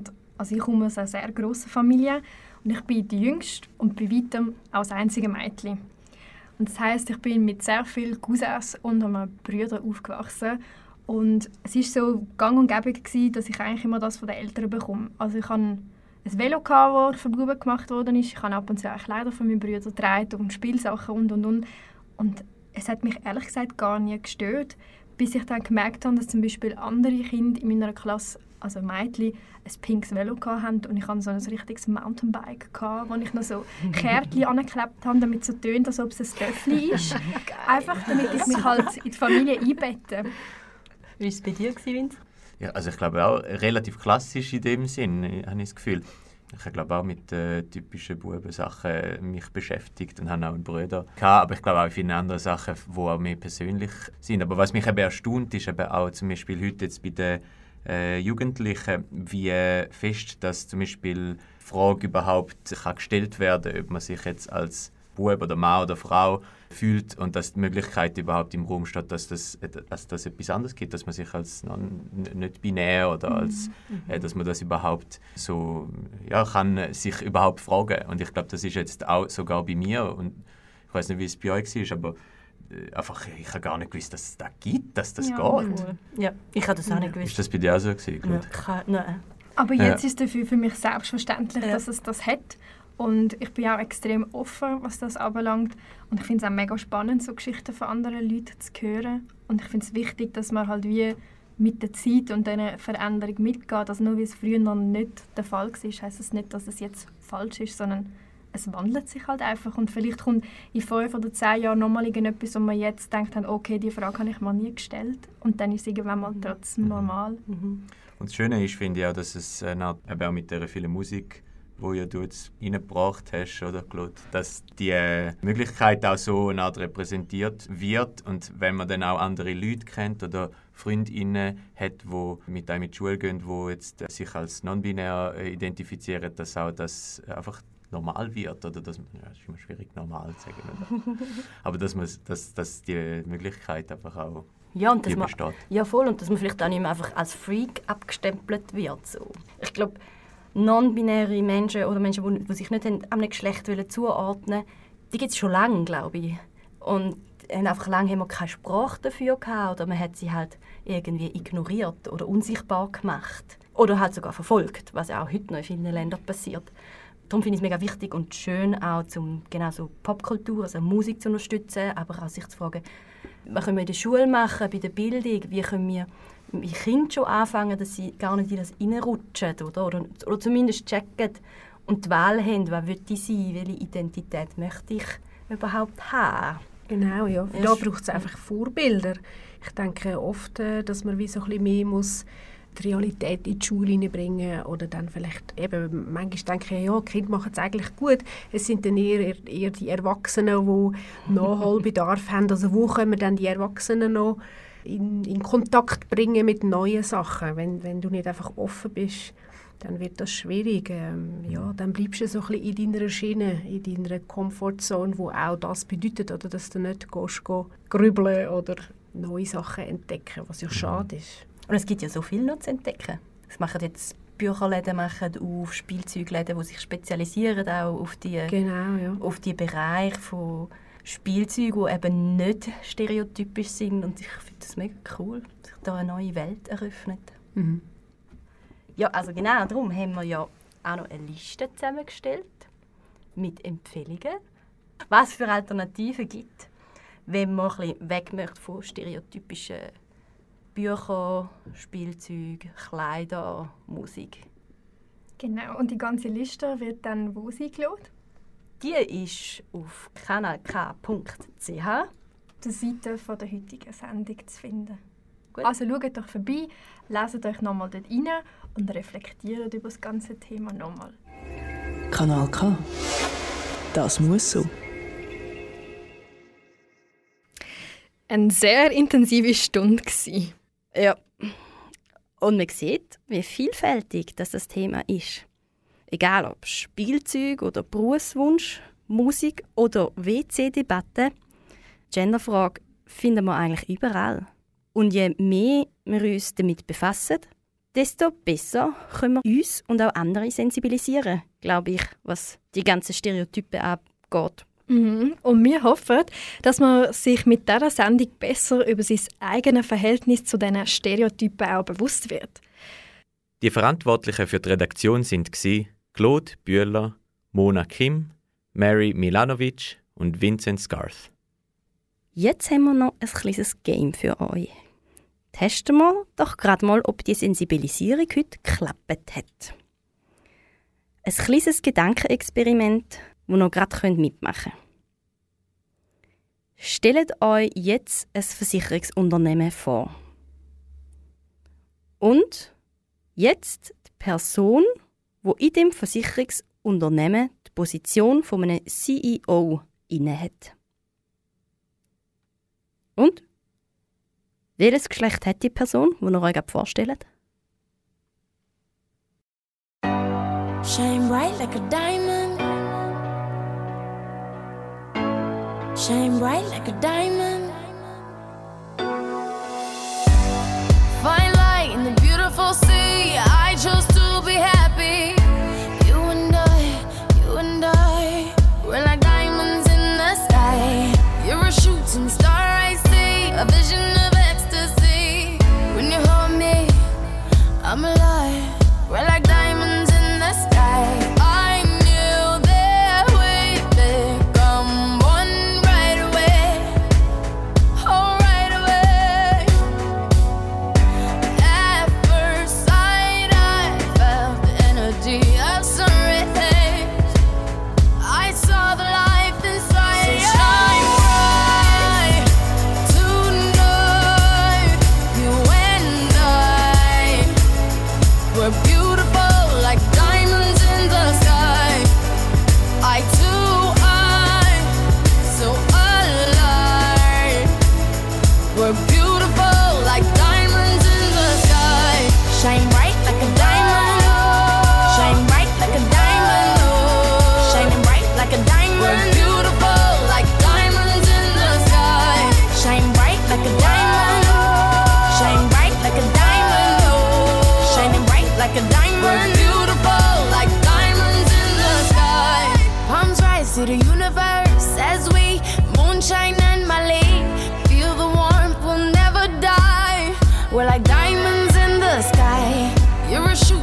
komme aus einer sehr grossen Familie. Und ich bin die Jüngste und bei weitem auch das einzige Mädchen. Und das heisst, ich bin mit sehr vielen Cousins und meinen Brüdern aufgewachsen. Und es war so gang und gäbe, dass ich eigentlich immer das von den Eltern bekomme. Also ich hatte ein Velo, das von Buben gemacht wurde. Ich habe ab und zu auch Kleider von meinen Brüdern getragen und Spielsachen und. Und es hat mich ehrlich gesagt gar nie gestört, bis ich dann gemerkt habe, dass zum Beispiel andere Kinder in meiner Klasse, also Mädchen, ein pinkes Velo hatten und ich hatte so ein richtiges Mountainbike, wo ich noch so Kärtchen angeklebt habe, damit es so tönt, als ob es ein Töffli ist. Einfach damit ich mich halt in die Familie einbette. Wie war es bei dir, Vince? Ja, also ich glaube auch relativ klassisch in dem Sinn, habe ich das Gefühl. Ich habe auch mit typischen Bubensachen mich beschäftigt und habe auch einen Bruder gehabt, aber ich glaube auch in vielen anderen Sachen, die auch mehr persönlich sind. Aber was mich eben erstaunt, ist eben auch zum Beispiel heute jetzt bei den Jugendlichen, wie fest, dass zum Beispiel die Frage überhaupt kann gestellt werden, ob man sich jetzt als Bub oder Mann oder Frau fühlt und dass die Möglichkeit überhaupt im Raum steht, dass das etwas anderes gibt, dass man sich als nicht binär oder als, dass man das überhaupt so kann sich überhaupt fragen. Und ich glaube, das ist jetzt auch sogar bei mir und ich weiß nicht, wie es bei euch war, aber einfach, ich habe gar nicht gewusst, dass es das gibt, dass das geht. Cool. Ja, ich habe das auch nicht gewusst. Ist das bei dir auch so gewesen? Nein. Aber jetzt ist es für mich selbstverständlich, dass es das hat. Und ich bin auch extrem offen, was das anbelangt. Und ich finde es auch mega spannend, so Geschichten von anderen Leuten zu hören. Und ich finde es wichtig, dass man halt wie mit der Zeit und dieser Veränderung mitgeht. Also nur weil es früher noch nicht der Fall war, heisst es nicht, dass es jetzt falsch ist, sondern es wandelt sich halt einfach. Und vielleicht kommt in 5 oder 10 Jahren nochmal irgendetwas, wo man jetzt denkt, okay, die Frage habe ich mal nie gestellt. Und dann ist es irgendwann mal trotzdem normal. Und das Schöne ist, finde ich auch, dass es eben auch mit dieser vielen Musik, die ja du jetzt reingebracht hast, oder Claude, dass die Möglichkeit auch so eine Art repräsentiert wird. Und wenn man dann auch andere Leute kennt oder Freundinnen hat, die mit einem in die Schule gehen, die jetzt sich als non-binär identifizieren, dass auch das einfach normal wird. Oder dass man, das ist immer schwierig, normal zu sagen. Oder? Aber dass die Möglichkeit einfach auch besteht. Ja, voll. Und dass man vielleicht auch nicht mehr einfach als Freak abgestempelt wird. So. Ich glaube, non-binäre Menschen oder Menschen, die sich nicht einem Geschlecht zuordnen wollen, die gibt es schon lange, glaube ich. Und Einfach lange haben wir keine Sprache dafür gehabt oder man hat sie halt irgendwie ignoriert oder unsichtbar gemacht. Oder halt sogar verfolgt, was ja auch heute noch in vielen Ländern passiert. Darum finde ich es mega wichtig und schön, auch genau so Popkultur, also Musik zu unterstützen, aber auch sich zu fragen, was können wir in der Schule machen, bei der Bildung, wie können wir mit Kindern schon anfangen, dass sie gar nicht in das reinrutschen oder zumindest checken und die Wahl haben, was will ich sein, welche Identität möchte ich überhaupt haben. Genau, ja. Da braucht es einfach Vorbilder. Ich denke oft, dass man wie so ein bisschen mehr muss die Realität in die Schule hineinbringen oder dann vielleicht eben, manchmal denke ich, ja, die Kinder machen es eigentlich gut. Es sind dann eher die Erwachsenen, die Nachholbedarf haben. Also wo können wir dann die Erwachsenen noch in Kontakt bringen mit neuen Sachen? Wenn du nicht einfach offen bist, dann wird das schwierig. Dann bleibst du so ein bisschen in deiner Schiene, in deiner Comfortzone, wo auch das bedeutet, oder dass du nicht grübeln oder neue Sachen entdecken, was ja schade ist. Und es gibt ja so viel noch zu entdecken. Es machen jetzt Bücherläden auf, Spielzeugläden, die sich spezialisieren auch auf die Bereiche von Spielzeugen, die eben nicht stereotypisch sind. Und ich finde das mega cool, dass sich da eine neue Welt eröffnet. Mhm. Ja, also genau, darum haben wir ja auch noch eine Liste zusammengestellt mit Empfehlungen, was es für Alternativen gibt, wenn man ein bisschen weg möchte von stereotypischen Bücher, Spielzeuge, Kleider, Musik. Genau, und die ganze Liste wird dann wo eingeladen? Die ist auf kanalk.ch, der Seite von der heutigen Sendung zu finden. Gut. Also schaut doch vorbei, leset euch nochmal dort rein und reflektiert über das ganze Thema nochmal. Kanal K. Das muss so. Eine sehr intensive Stunde war. Ja. Und man sieht, wie vielfältig das Thema ist. Egal ob Spielzeug oder Berufswunsch, Musik oder WC-Debatte, Genderfrage finden wir eigentlich überall. Und je mehr wir uns damit befassen, desto besser können wir uns und auch andere sensibilisieren, glaube ich, was die ganzen Stereotypen angeht. Mhm. Und wir hoffen, dass man sich mit dieser Sendung besser über sein eigenes Verhältnis zu diesen Stereotypen auch bewusst wird. Die Verantwortlichen für die Redaktion waren Claude Bühler, Mona Kim, Mary Milanovic und Vincent Scarth. Jetzt haben wir noch ein kleines Game für euch. Testen wir doch gerade mal, ob die Sensibilisierung heute geklappt hat. Ein kleines Gedankenexperiment, das ihr gerade mitmachen könnt. Stellt euch jetzt ein Versicherungsunternehmen vor. Und jetzt die Person, die in dem Versicherungsunternehmen die Position von einem CEO innehat. Und? Welches Geschlecht hat die Person, die ihr euch vorstellt? Shine bright like a diamond. Shine bright like a diamond. Fine light in the beautiful sea. I chose to be happy. You and I, we're like diamonds in the sky. You're a shooting star, I see, a vision of ecstasy. When you hold me, I'm alive. We're like diamonds in the sky. I knew that we'd become one right away. Oh, right away. At first sight, I felt the energy of sun rays. I saw the life inside. So shine bright tonight. You and I, we're beautiful like diamonds in the sky. Eye to eye, so alive. We're beautiful like diamonds in the sky. Shine bright like a diamond. Shine bright like a diamond. Shining bright like a diamond. We're beautiful like diamonds in the sky. Shine bright like a diamond. Shine bright like a diamond. Shining bright like a diamond. We're beautiful like diamonds in the sky. Palms rise to the universe as we moonshine and Mali.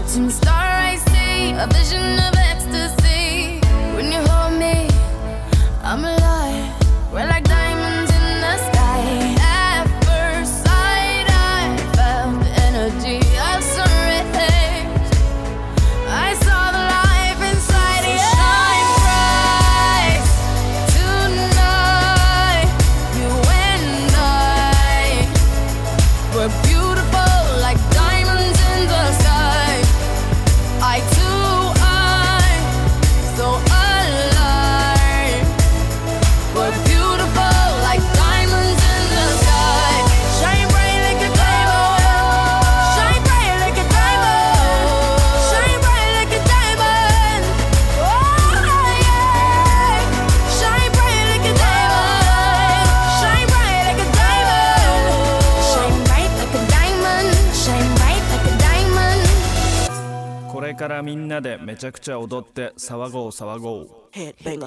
Shooting star I see, a vision of ecstasy. When you hold me, I'm alive. We're like diamonds in the sky. At first sight, I felt the energy of sunrise. I saw the life inside you. Shine bright tonight. You and I were beautiful like diamonds in the sky. I too, I'm so alive. We're beautiful like diamonds in the sky. Shine bright like a diamond. Shine bright like a diamond. Shine bright like a diamond. Oh yeah. Shine bright like a diamond. Shine bright like a diamond. Shine bright like a diamond. Shine bright like a diamond. これからみんなでめちゃくちゃ踊って騒ごう騒ごう。 Headbanger.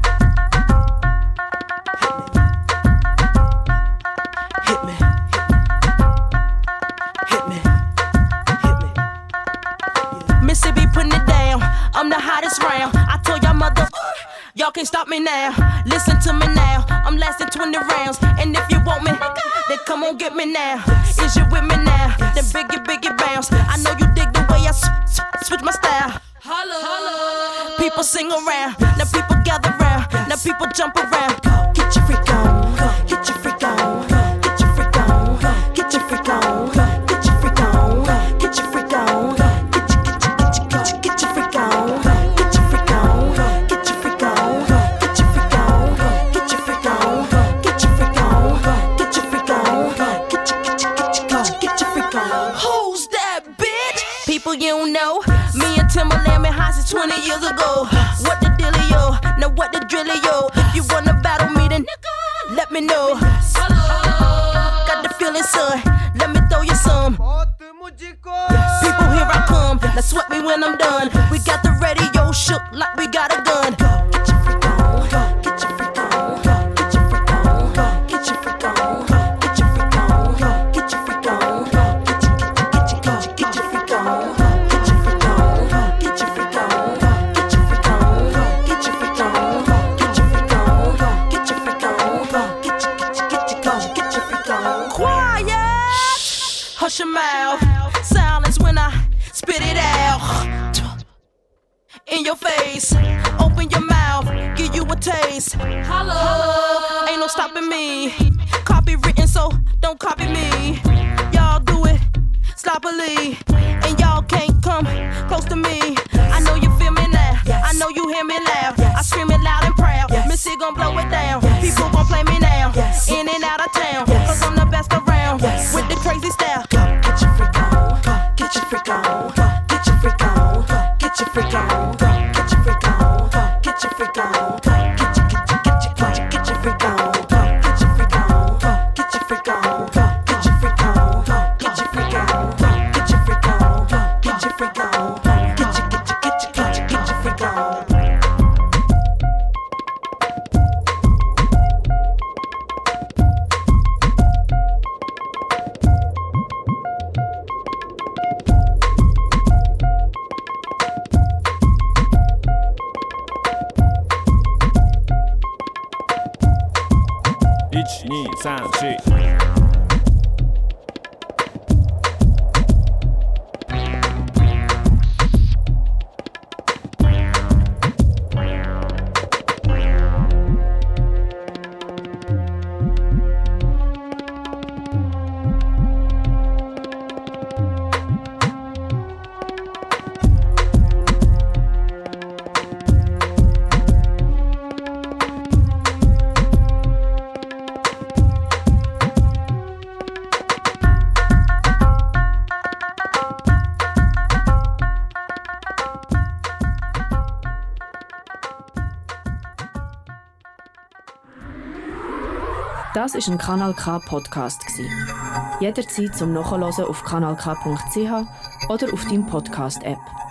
Hit me. Hit me. Hit me. Mississippi putting it down. I'm the hottest round. I told y'all mother, y'all can't stop me now. Listen to me now. I'm lasting 20 rounds. And if you want me, then come on get me now. Is you with me now? Then biggie bounce. I know you dig the way I switch my style. People sing around, now people gather round, now people jump around. Get your freak on, get your freak on, get your freak on, get your freak on, get your freak on, get your freak on, get your freak on, get your freak on, get your freak on, get your freak on, get your freak on, get your freak on, get your freak on, get your freak on. Who's that bitch? People you don't know. Me and Timberland been high since 20 years ago. What the dealio? Now what the drillio? If you wanna battle me, then let me know. Got the feeling, son. Let me throw you some. People, here I come. Now sweat me when I'm done. We got the radio shook like we got a gun. Get your freak on. Get your freak on. Get your freak on. Get your freak on. Get your freak on. Get your freak on. Get your freak on. Hush your mouth, silence when I spit it out. In your face, open your mouth, give you a taste. Holla, ain't no stopping me. Copywritten, so don't copy me. Y'all do it sloppily, and y'all can't come close to me. I know you feel me now, I know you hear me loud. I scream it loud and proud, Missy gon' blow it down. People gon' play me now, in and out of town, cause I'm the best around, with the crazy style. Get your freak on, get your freak on, get your freak on, get your freak on, get your freak on, get your freak on, get your freak on, get your freak on, get your freak on, get your freak on, get your freak on, get your freak on, get your freak on, get your freak on, get your freak on. Das war ein Kanal K Podcast. Jederzeit zum Nachhören auf kanalk.ch oder auf deinem Podcast-App.